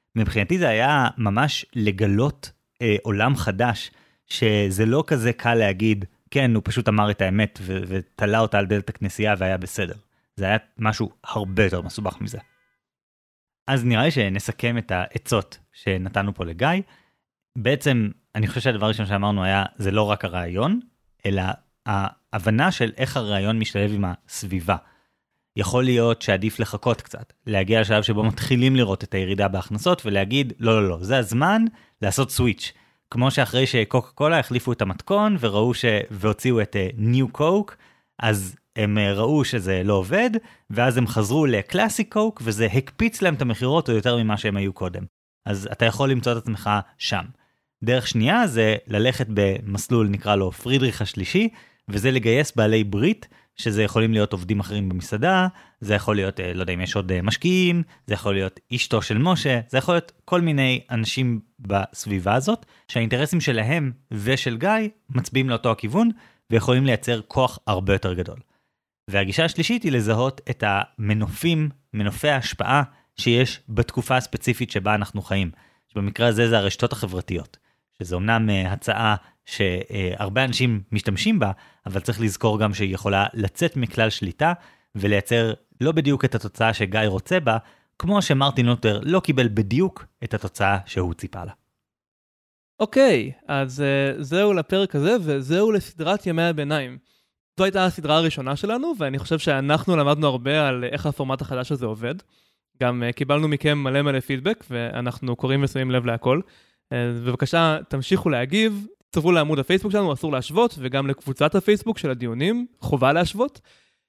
מבחינתי זה היה ממש לגלות עולם חדש, שזה לא כזה קל להגיד, כן, הוא פשוט אמר את האמת ותלה אותה על דלת הכנסייה והיה בסדר. זה היה משהו הרבה יותר מסובך מזה. אז נראה לי שנסכם את העצות שנתנו פה לגיא. בעצם, אני חושב שהדבר הראשון שאמרנו היה, זה לא רק הרעיון, אלא ההבנה של איך הרעיון משתלב עם הסביבה. יכול להיות שעדיף לחכות קצת, להגיע לשלב שבו מתחילים לראות את הירידה בהכנסות, ולהגיד, לא, זה הזמן לעשות סוויץ'. כמו שאחרי שקוקה קולה החליפו את המתכון, וראו והוציאו את New Coke, אז הם ראו שזה לא עובד, ואז הם חזרו לקלאסיק קוק, וזה הקפיץ להם את המחירות או יותר ממה שהם היו קודם. אז אתה יכול למצוא את עצמך שם. דרך שנייה זה ללכת במסלול נקרא לו פרידריך השלישי, וזה לגייס בעלי ברית, שזה יכולים להיות עובדים אחרים במסעדה, זה יכול להיות, לא יודע אם יש עוד משקיעים, זה יכול להיות אשתו של משה, זה יכול להיות כל מיני אנשים בסביבה הזאת, שהאינטרסים שלהם ושל גיא מצביעים לאותו הכיוון, ויכולים לייצר כוח הרבה יותר גדול. והגישה השלישית היא לזהות את מנופי ההשפעה שיש בתקופה הספציפית שבה אנחנו חיים. שבמקרה הזה זה הרשתות החברתיות, שזה אומנם הצעה שהרבה אנשים משתמשים בה, אבל צריך לזכור גם שהיא יכולה לצאת מכלל שליטה, ולייצר לא בדיוק את התוצאה שגיא רוצה בה, כמו שמרטין לותר לא קיבל בדיוק את התוצאה שהוא ציפה לה.
אוקיי, אז זהו לפרק הזה, וזהו לסדרת ימי הביניים. זו הייתה הסדרה הראשונה שלנו, ואני חושב שאנחנו למדנו הרבה על איך הפורמט החדש הזה עובד. גם קיבלנו מכם מלא פידבק, ואנחנו קוראים ושמים לב להכל. בבקשה, תמשיכו להגיב, תצטרפו לעמוד הפייסבוק שלנו, אסור להשוות, וגם לקבוצת הפייסבוק של הדיונים, חובה להשוות.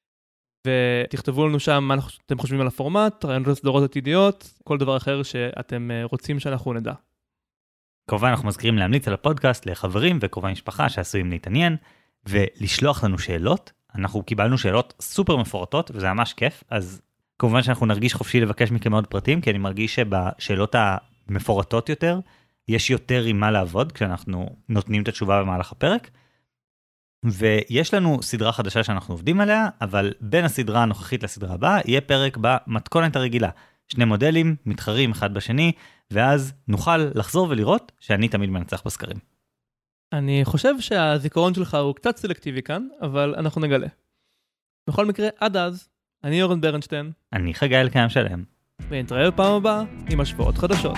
ותכתבו לנו שם מה אתם חושבים על הפורמט, רעיונות לסדרות עתידיות, כל דבר אחר שאתם רוצים שאנחנו נדע.
כמובן אנחנו מזכירים להמליץ על הפודקאסט לחברים וקרובי משפחה שעשויים להתעניין, ולשלוח לנו שאלות. אנחנו קיבלנו שאלות סופר מפורטות, וזה ממש כיף, אז כמובן שאנחנו נרגיש חופשי לבקש מכם עוד פרטים, כי אני מרגיש שבשאלות המפורטות יותר, יש יותר עם מה לעבוד, כשאנחנו נותנים את התשובה במהלך הפרק, ויש לנו סדרה חדשה שאנחנו עובדים עליה, אבל בין הסדרה הנוכחית לסדרה הבאה, יהיה פרק במתכונת הרגילה. 2 מודלים, מתחרים אחד בשני, ואז נוכל לחזור ולראות שאני תמיד מנצח בסקרים.
אני חושב שהזיכרון שלך הוא קצת סלקטיבי כאן, אבל אנחנו נגלה. בכל מקרה, עד אז, אני אורן ברנשטיין.
אני חגי אלקיים שלם.
ונתראה בפעם הבאה עם השוואות חדשות.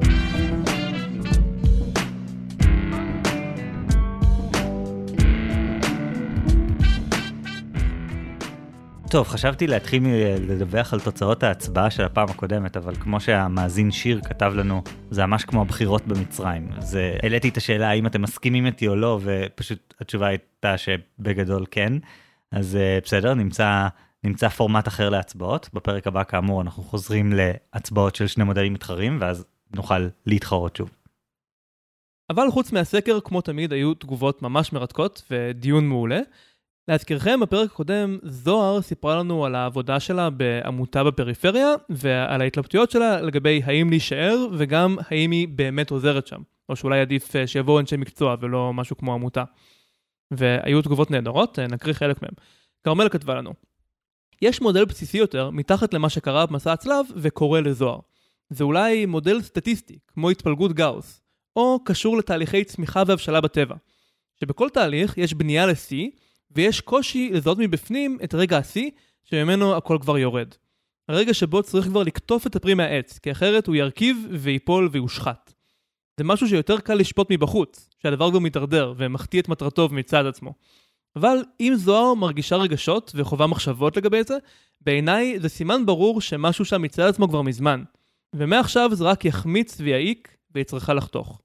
טוב, חשבתי להתחיל לדווח על תוצאות ההצבעה של הפעם הקודמת, אבל כמו שהמאזין שיר כתב לנו, זה ממש כמו הבחירות במצרים. אז העליתי את השאלה האם אתם מסכימים איתי או לא, ופשוט התשובה הייתה שבגדול כן. אז בסדר, נמצא פורמט אחר להצבעות. בפרק הבא כאמור אנחנו חוזרים להצבעות של 2 מודלים מתחרים, ואז נוכל להתחרות שוב.
אבל חוץ מהסקר, כמו תמיד, היו תגובות ממש מרתקות ודיון מעולה. להזכירכם, בפרק הקודם, זוהר סיפרה לנו על העבודה שלה בעמותה בפריפריה, ועל ההתלבטויות שלה לגבי האם להישאר, וגם האם היא באמת עוזרת שם. או שאולי עדיף שיבואו אנשי מקצוע, ולא משהו כמו עמותה. והיו תגובות נהדרות, נקריא חלק מהם. כרמל כתבה לנו. יש מודל בסיסי יותר, מתחת למה שקרה במסע הצלב, וקורא לזוהר. זה אולי מודל סטטיסטי, כמו התפלגות גאוס, או קשור לתהליכי צמיחה והבשלה בטבע. שבכל תהליך יש בנייה ל-C, ויש קושי לזהות מבפנים את רגע ה-C, שממנו הכל כבר יורד. הרגע שבו צריך כבר לקטוף את הפרי מהעץ, כי אחרת הוא ירכיב ויפול ויושחת. זה משהו שיותר קל לשפוט מבחוץ, שהדבר גם מתדרדר ומחטיא את מטרתו מצד עצמו. אבל אם זוהר מרגישה רגשות וחובה מחשבות לגבי זה, בעיניי זה סימן ברור שמשהו שם מצד עצמו כבר מזמן. ומעכשיו זה רק יחמיץ ויעיק והיא צריכה לחתוך.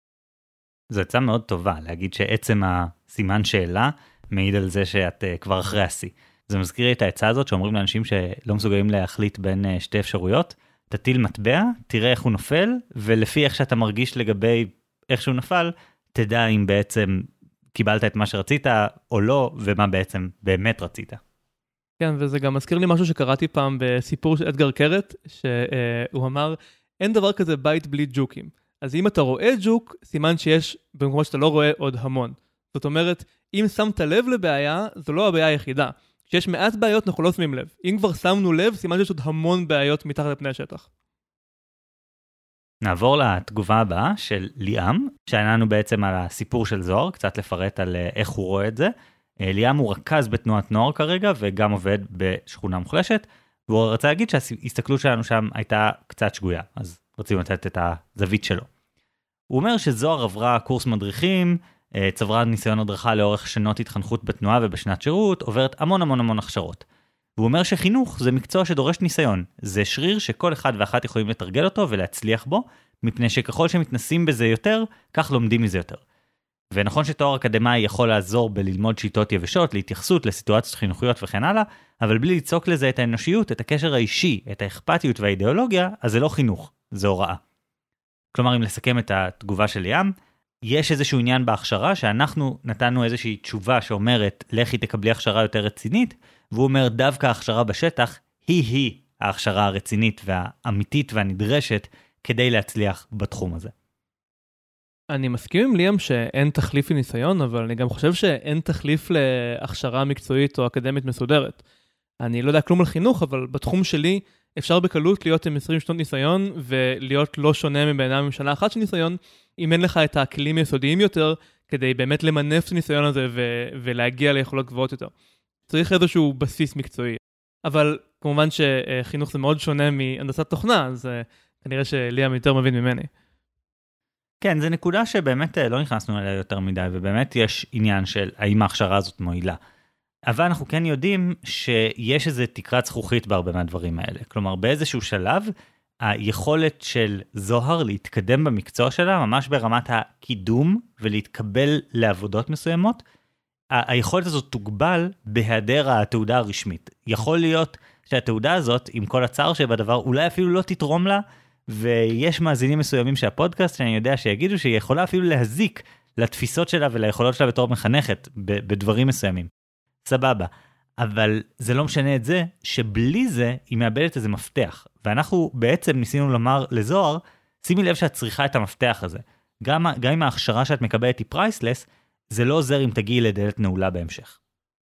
זו עצה מאוד טובה, להגיד שעצם הסימן שאלה מעיד על זה שאת כבר אחרי השיא. זה מזכיר לי את העצה הזאת שאומרים לאנשים שלא מסוגלים להחליט בין 2 אפשרויות, תטיל מטבע, תראה איך הוא נופל, ולפי איך שאתה מרגיש לגבי איך שהוא נפל, תדע אם בעצם קיבלת את מה שרצית או לא, ומה בעצם באמת רצית.
כן, וזה גם מזכיר לי משהו שקראתי פעם בסיפור של אדגר קרת, שהוא אמר, אין דבר כזה בית בלי ג'וקים. אז אם אתה רואה ג'וק, סימן שיש במקומות שאתה לא רואה עוד המון. זאת אומרת, אם שמת לב לבעיה, זו לא הבעיה היחידה. כשיש מעט בעיות, אנחנו לא שמים לב. אם כבר שמנו לב, סימן שיש עוד המון בעיות מתחת לפני השטח.
נעבור לתגובה הבאה של ליאם, שענה לנו בעצם על הסיפור של זוהר, קצת לפרט על איך הוא רואה את זה. ליאם הוא רכז בתנועת נוער כרגע, וגם עובד בשכונה מוחלשת, והוא רצה להגיד שההסתכלות שלנו שם הייתה קצת שגויה, אז רצינו לתת את הזווית שלו. הוא אומר שזוהר עברה קורס מדריכים, צברה ניסיון הדרכה לאורך שנות התחנכות בתנועה ובשנת שירות, עוברת המון הכשרות. והוא אומר שחינוך זה מקצוע שדורש ניסיון, זה שריר שכל אחד ואחת יכולים לתרגל אותו ולהצליח בו, מפני שככל שמתנסים בזה יותר, כך לומדים מזה יותר. ונכון שתואר אקדמי יכול לעזור בללמוד שיטות יבשות, להתייחסות לסיטואציות חינוכיות וכן הלאה, אבל בלי ליצוק לזה את האנושיות, את הקשר האישי, את האכפתיות והאידיאולוגיה, אז זה לא חינוך, זה הוראה. כלומר, אם לסכם את התגובה של ליאם, יש איזשהו עניין בהכשרה שאנחנו נתנו איזושהי תשובה שאומרת, לכי תקבלי הכשרה יותר רצינית, והוא אומר דווקא ההכשרה בשטח היא ההכשרה הרצינית והאמיתית והנדרשת כדי להצליח בתחום הזה.
אני מסכים עם ליאם שאין תחליף לניסיון, אבל אני גם חושב שאין תחליף להכשרה מקצועית או אקדמית מסודרת. אני לא יודע כלום על חינוך, אבל בתחום שלי אפשר בקלות להיות עם 20 שנות ניסיון, ולהיות לא שונה מבן אדם עם שנה אחת של ניסיון, אם אין לך את הכלים היסודיים יותר, כדי באמת למנף את הניסיון הזה ולהגיע ליכולות גבוהות יותר. צריך איזשהו בסיס מקצועי. אבל כמובן שחינוך זה מאוד שונה מהנדסת תוכנה, אז כנראה שליאם יותר מבין ממני.
כן, זו נקודה שבאמת לא נכנסנו אליה יותר מדי, ובאמת יש עניין של האם ההכשרה הזאת מועילה. אבל אנחנו כן יודעים שיש איזו תקרת זכוכית בהרבה מהדברים האלה. כלומר, באיזשהו שלב, היכולת של זוהר להתקדם במקצוע שלה, ממש ברמת הקידום ולהתקבל לעבודות מסוימות, היכולת הזאת תוגבל בהיעדר התעודה הרשמית. יכול להיות שהתעודה הזאת, עם כל הצער שבדבר, אולי אפילו לא תתרום לה, ויש מאזינים מסוימים שהפודקאסט, שאני יודע שיגידו שהיא יכולה אפילו להזיק לתפיסות שלה וליכולות שלה בתור מחנכת בדברים מסוימים. סבבה. אבל זה לא משנה את זה, שבלי זה היא מאבדת איזה מפתח. ואנחנו בעצם ניסינו לומר לזוהר, שימי לב שאת צריכה את המפתח הזה. גם אם ההכשרה שאת מקבלת היא פרייסלס, זה לא עוזר אם תגיעי לדלת נעולה בהמשך.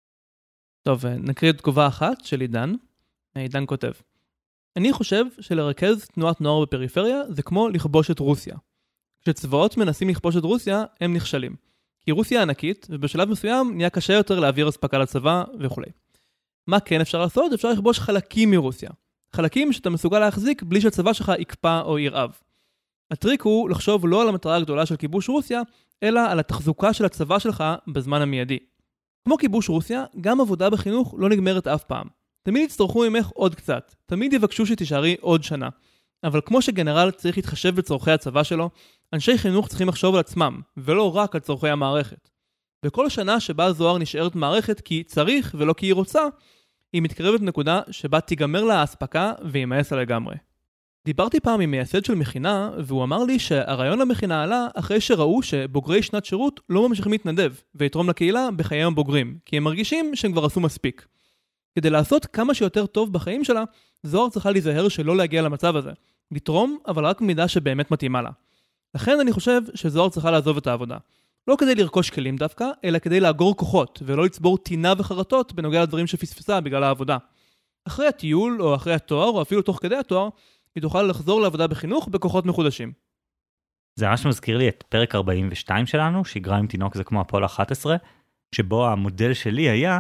טוב, נקריא תגובה אחת של עידן. עידן כותב, אני חושב שלרכז תנועת נוער בפריפריה זה כמו לכבוש את רוסיה. כשצבאות מנסים לכבוש את רוסיה, הם נכשלים. כי רוסיה ענקית, ובשלב מסוים נהיה קשה יותר להעביר אספקה לצבא וכו'. מה כן אפשר לעשות? אפשר לכבוש חלקים מרוסיה. חלקים שאתה מסוגל להחזיק בלי שהצבא שלך יקפא או ירעב. הטריק הוא לחשוב לא על המטרה הגדולה של כיבוש רוסיה, אלא על התחזוקה של הצבא שלך בזמן המיידי. כמו כיבוש רוסיה, גם עבודה בחינוך לא נגמרת אף פעם. תמיד יצטרכו ממך עוד קצת, תמיד יבקשו שתישארי עוד שנה. אבל כמו שגנרל צריך להתחשב בצורכי הצבא שלו, אנשי חינוך צריכים לחשוב על עצמם, ולא רק על צורכי המערכת. בכל שנה שבה זוהר נשארת מערכת כי צריך ולא כי היא רוצה, היא מתקרבת לנקודה שבה תיגמר לה ההספקה וימאס לה לגמרי. דיברתי פעם עם מייסד של מכינה, והוא אמר לי שהרעיון למכינה עלה אחרי שראו שבוגרי שנת שירות לא ממשיכים להתנדב, ויתרום לקהילה בחיים הבוגרים, כי הם מרגישים שהם כבר עשו מספיק. כדי לעשות כמה שיותר טוב בחיים שלה, זוהר צריכה להיזהר שלא להגיע למצב הזה. לתרום, אבל רק במידה שבאמת מתאימה לה. לכן אני חושב שזוהר צריכה לעזוב את העבודה. לא כדי לרכוש כלים דווקא, אלא כדי לאגור כוחות, ולא לצבור טינה וחרטות בנוגע לדברים שפספסה בגלל העבודה. אחרי הטיול, או אחרי התואר, או אפילו תוך כדי התואר, היא תוכל לחזור לעבודה בחינוך בכוחות מחודשים.
זה ממש מזכיר לי את פרק 42 שלנו, שגרה עם תינוק זה כמו אפולו 11, שבו המודל שלי היה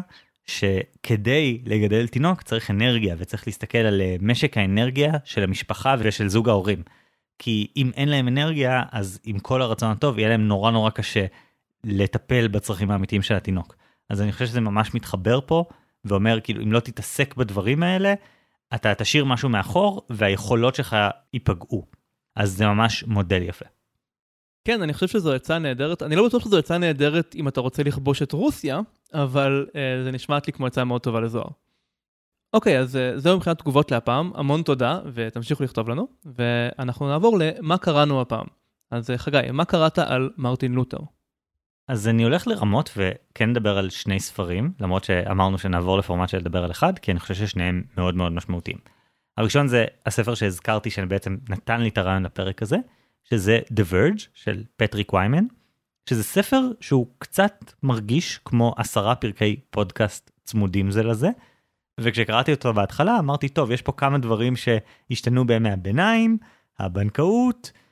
שכדי לגדל תינוק צריך אנרגיה, וצריך להסתכל על משק האנרגיה של המשפחה ושל זוג ההורים. כי אם אין להם אנרגיה, אז עם כל הרצון הטוב, יהיה להם נורא קשה לטפל בצרכים האמיתיים של התינוק. אז אני חושב שזה ממש מתחבר פה, ואומר כאילו, אם לא תתעסק בדברים האלה, אתה תשאיר משהו מאחור, והיכולות שלך ייפגעו. אז זה ממש מודל יפה.
כן, אני חושב שזו עצה נהדרת. אני לא בטוח שזו עצה נהדרת אם אתה רוצה לכבוש את רוסיה, אבל זה נשמעת לי כמו עצה מאוד טובה לזוהר. אוקיי, אז זהו מבחינת תגובות להפעם. המון תודה, ותמשיכו לכתוב לנו. ואנחנו נעבור למה קראנו הפעם. אז חגי, מה קראת על מרטין לותר?
אז אני הולך לרמות וכן נדבר על שני ספרים, למרות שאמרנו שנעבור לפורמט של לדבר על אחד, כי אני חושב ששניהם מאוד משמעותיים. הראשון זה הספר שהזכרתי שבעצם נתן לי את הרעיון לפרק הזה, שזה The Verge של פטריק ויימן, שזה ספר שהוא קצת מרגיש כמו 10 פרקי פודקאסט צמודים זה לזה, וכשקראתי אותו בהתחלה אמרתי, טוב, יש פה כמה דברים שהשתנו בימי הביניים, הבנקאות,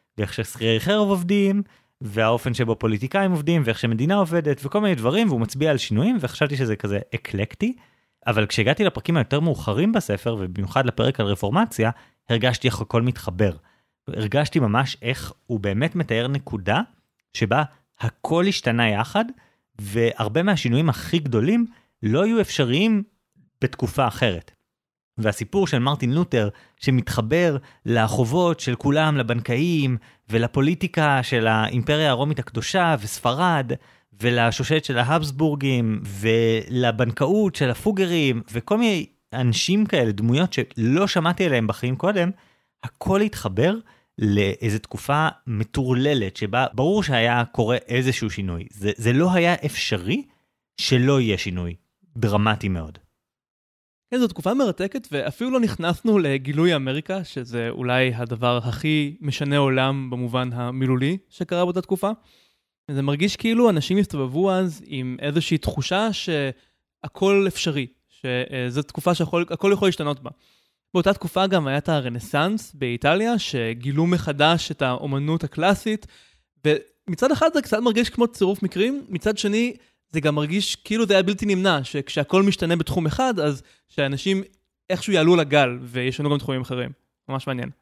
ואיך ששכירי חרב עובדים, והאופן שבו פוליטיקאים עובדים, ואיך שמדינה עובדת, וכל מיני דברים, והוא מצביע על שינויים, וחשבתי שזה כזה אקלקטי, אבל כשהגעתי לפרקים היותר מאוחרים בספר, ובמיוחד לפרק על רפורמציה, הרגשתי איך הכל מתחבר. הרגשתי ממש איך הוא באמת מתאר נקודה, שבה הכל השתנה יחד, והרבה מהשינויים הכי גדולים לא יהיו אפשריים בתקופה אחרת. והסיפור של מרטין לותר שמתחבר לחובות של כולם, לבנקאים ולפוליטיקה של האימפריה הרומית הקדושה וספרד ולשושלת של ההבסבורגים ולבנקאות של הפוגרים וכל מיני אנשים כאלה, דמויות שלא שמעתי עליהם בחיים קודם, הכל התחבר לאיזו תקופה מטורללת שבה ברור שהיה קורה איזשהו שינוי. זה לא היה אפשרי שלא יהיה שינוי דרמטי מאוד.
כן, זו תקופה מרתקת, ואפילו לא נכנסנו לגילוי אמריקה, שזה אולי הדבר הכי משנה עולם במובן המילולי שקרה באותה תקופה. זה מרגיש כאילו אנשים הסתובבו אז עם איזושהי תחושה שהכל אפשרי, שזו תקופה שהכל יכול להשתנות בה. באותה תקופה גם היה את הרנסנס באיטליה, שגילו מחדש את האומנות הקלאסית, ומצד אחד זה קצת מרגיש כמו צירוף מקרים, מצד שני זה גם מרגיש כאילו זה היה בלתי נמנע, שכשהכל משתנה בתחום אחד, אז שאנשים איכשהו יעלו לגל, וישנו גם תחומים אחרים. ממש מעניין.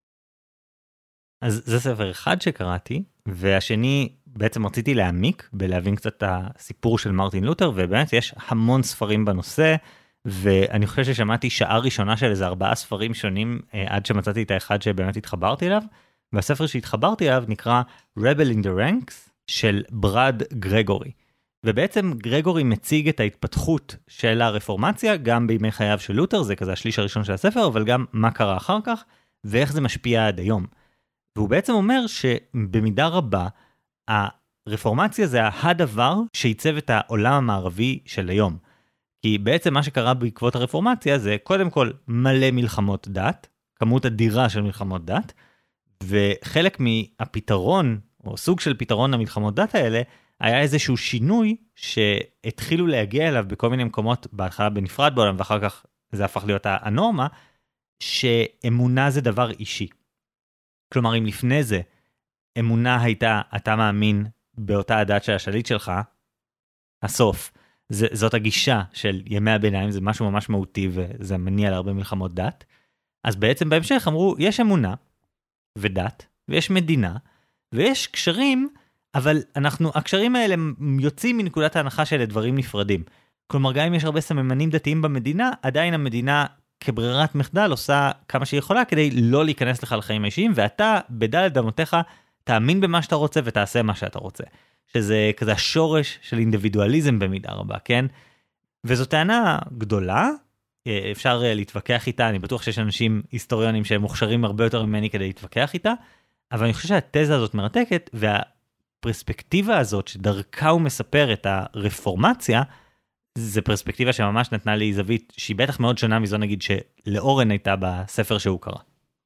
אז זה ספר אחד שקראתי, והשני בעצם רציתי להעמיק, בלהבין קצת את הסיפור של מרטין לותר, ובאמת יש המון ספרים בנושא, ואני חושב ששמעתי שעה ראשונה של איזה 4 ספרים שונים, עד שמצאתי את האחד שבאמת התחברתי אליו, והספר שהתחברתי אליו נקרא Rebel in the Ranks, של ברד גרגורי. ובעצם גרגורי מציג את ההתפתחות של הרפורמציה, גם בימי חייו של לותר, זה כזה השליש הראשון של הספר, אבל גם מה קרה אחר כך, ואיך זה משפיע עד היום. והוא בעצם אומר שבמידה רבה, הרפורמציה זה הדבר שייצב את העולם המערבי של היום. כי בעצם מה שקרה בעקבות הרפורמציה זה קודם כל מלא מלחמות דת, כמות אדירה של מלחמות דת, וחלק מהפתרון, או סוג של פתרון למלחמות דת האלה, היה איזשהו שינוי שהתחילו להגיע אליו בכל מיני מקומות, בהתחלה בנפרד בעולם, ואחר כך זה הפך להיות הנורמה, שאמונה זה דבר אישי. כלומר, אם לפני זה אמונה הייתה, אתה מאמין באותה הדת של השליט שלך, הסוף, זאת הגישה של ימי הביניים, זה משהו ממש מהותי, וזה מניע להרבה מלחמות דת. אז בעצם בהמשך אמרו, יש אמונה ודת, ויש מדינה, ויש קשרים, אבל הקשרים האלה יוצאים מנקודת ההנחה של דברים נפרדים. כלומר, גם אם יש הרבה סממנים דתיים במדינה, עדיין המדינה כברירת מחדל עושה כמה שהיא יכולה כדי לא להיכנס לך לחיים האישיים, ואתה בדלת אמותיך תאמין במה שאתה רוצה ותעשה מה שאתה רוצה. שזה כזה השורש של אינדיבידואליזם במידה רבה, כן? וזו טענה גדולה, אפשר להתווכח איתה, אני בטוח שיש אנשים היסטוריונים שהם מוכשרים הרבה יותר ממני כדי להתווכח איתה, אבל אני חושב שהתזה הזאת מרתקת, והפרספקטיבה הזאת שדרכה הוא מספר את הרפורמציה, זה פרספקטיבה שממש נתנה לי זווית שהיא בטח מאוד שונה מזו נגיד שלאורן הייתה בספר שהוא קרא.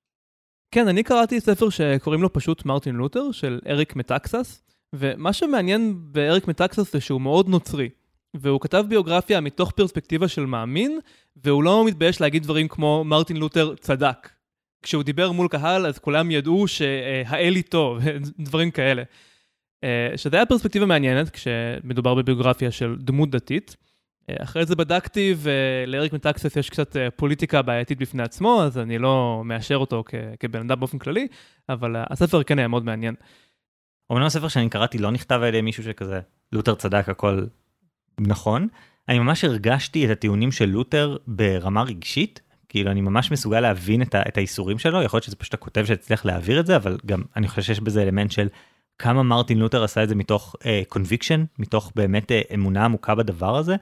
כן, אני קראתי ספר שקוראים לו פשוט מרטין לותר, של אריק מטקסס, ומה שמעניין באריק מטקסס זה שהוא מאוד נוצרי, והוא כתב ביוגרפיה מתוך פרספקטיבה של מאמין, והוא לא מתבייש להגיד דברים כמו מרטין לותר צדק. כשהוא דיבר מול קהל, אז כולם ידעו שהאל איתו, דברים כאלה. שזה היה פרספקטיבה מעניינת, כשמדובר בביוגרפיה של דמות דתית. אחרי זה בדקתי, ולאריק מטקסס יש קצת פוליטיקה בעייתית בפני עצמו, אז אני לא מאשר אותו כבן אדם באופן כללי, אבל הספר כן היה מאוד מעניין.
אומנם הספר שאני קראתי לא נכתב על ידי מישהו שכזה, לותר צדק הכל נכון. אני ממש הרגשתי את הטיעונים של לותר ברמה רגשית, כאילו אני ממש מסוגל להבין את האיסורים שלו, יכול להיות שזה פשוט הכותב שהצליח להעביר את זה, אבל גם אני חושב שיש בזה אלמנט של כמה מרטין לותר עשה את זה מתוך קונביקשן, מתוך באמת אמונה עמוקה בדבר הזה,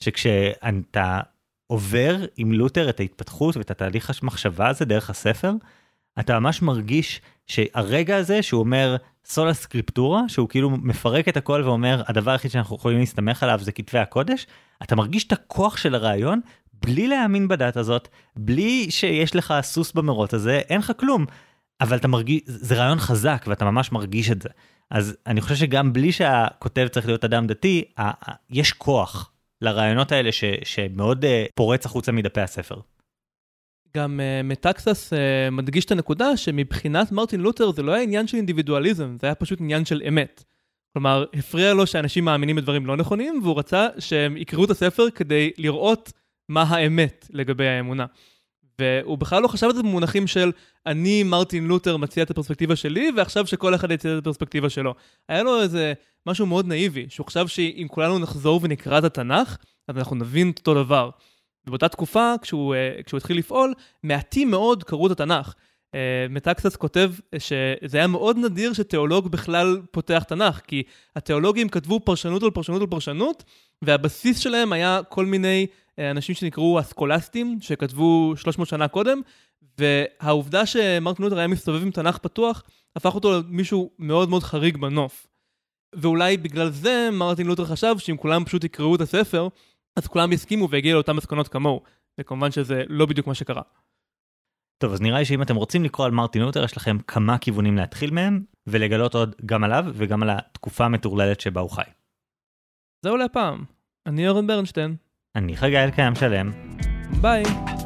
שכשאתה עובר עם לותר את ההתפתחות ואת התהליך המחשבה הזה דרך הספר, אתה ממש מרגיש שהרגע הזה שהוא אומר סולה סקריפטורה, שהוא כאילו מפרק את הכל ואומר הדבר היחיד שאנחנו יכולים להסתמך עליו זה כתבי הקודש, אתה מרגיש את הכוח של הרעיון בלי להאמין בדת הזאת, בלי שיש לך סוס במרוץ הזה, אין לך כלום, אבל אתה מרגיש, זה רעיון חזק ואתה ממש מרגיש את זה. אז אני חושב שגם בלי שהכותב צריך להיות אדם דתי, יש כוח לרעיונות האלה שמאוד פורץ החוצה מדפי הספר.
גם מטקסס מדגיש את הנקודה שמבחינת מרטין לותר זה לא היה עניין של אינדיבידואליזם, זה היה פשוט עניין של אמת. כלומר, הפריע לו שאנשים מאמינים בדברים לא נכונים, והוא רצה שהם יקראו את הספר כדי לראות מה האמת לגבי האמונה. והוא בכלל לא חשב את זה במונחים של אני, מרטין לותר, מציע את הפרספקטיבה שלי, ועכשיו שכל אחד יציע את הפרספקטיבה שלו. היה לו איזה משהו מאוד נאיבי, שהוא חשב שאם כולנו נחזור ונקרא את התנ"ך, אז אנחנו נבין את אותו דבר. ובאותה תקופה, כשהוא התחיל לפעול, מעטים מאוד קראו את התנ"ך. מטקסס כותב שזה היה מאוד נדיר שתיאולוג בכלל פותח תנ"ך, כי התיאולוגים כתבו פרשנות על פרשנות על פרשנות, והבסיס שלהם היה כל מיני אנשים שנקראו אסקולסטים, שכתבו 300 שנה קודם, והעובדה שמרטין לותר היה מסתובב עם תנ"ך פתוח, הפך אותו למישהו מאוד מאוד חריג בנוף. ואולי בגלל זה מרטין לותר חשב שאם כולם פשוט יקראו את הספר, אז כולם יסכימו והגיעו לאותן מסקנות כמוהו. וכמובן שזה לא בדיוק מה שקרה.
טוב, אז נראה לי שאם אתם רוצים לקרוא על מרטין לותר, יש לכם כמה כיוונים להתחיל מהם, ולגלות עוד גם עליו וגם על התקופה המטורללת שבה הוא חי.
זהו להפעם. אני אורן ברנשטיין.
אני חגי אלקיים שלם.
ביי.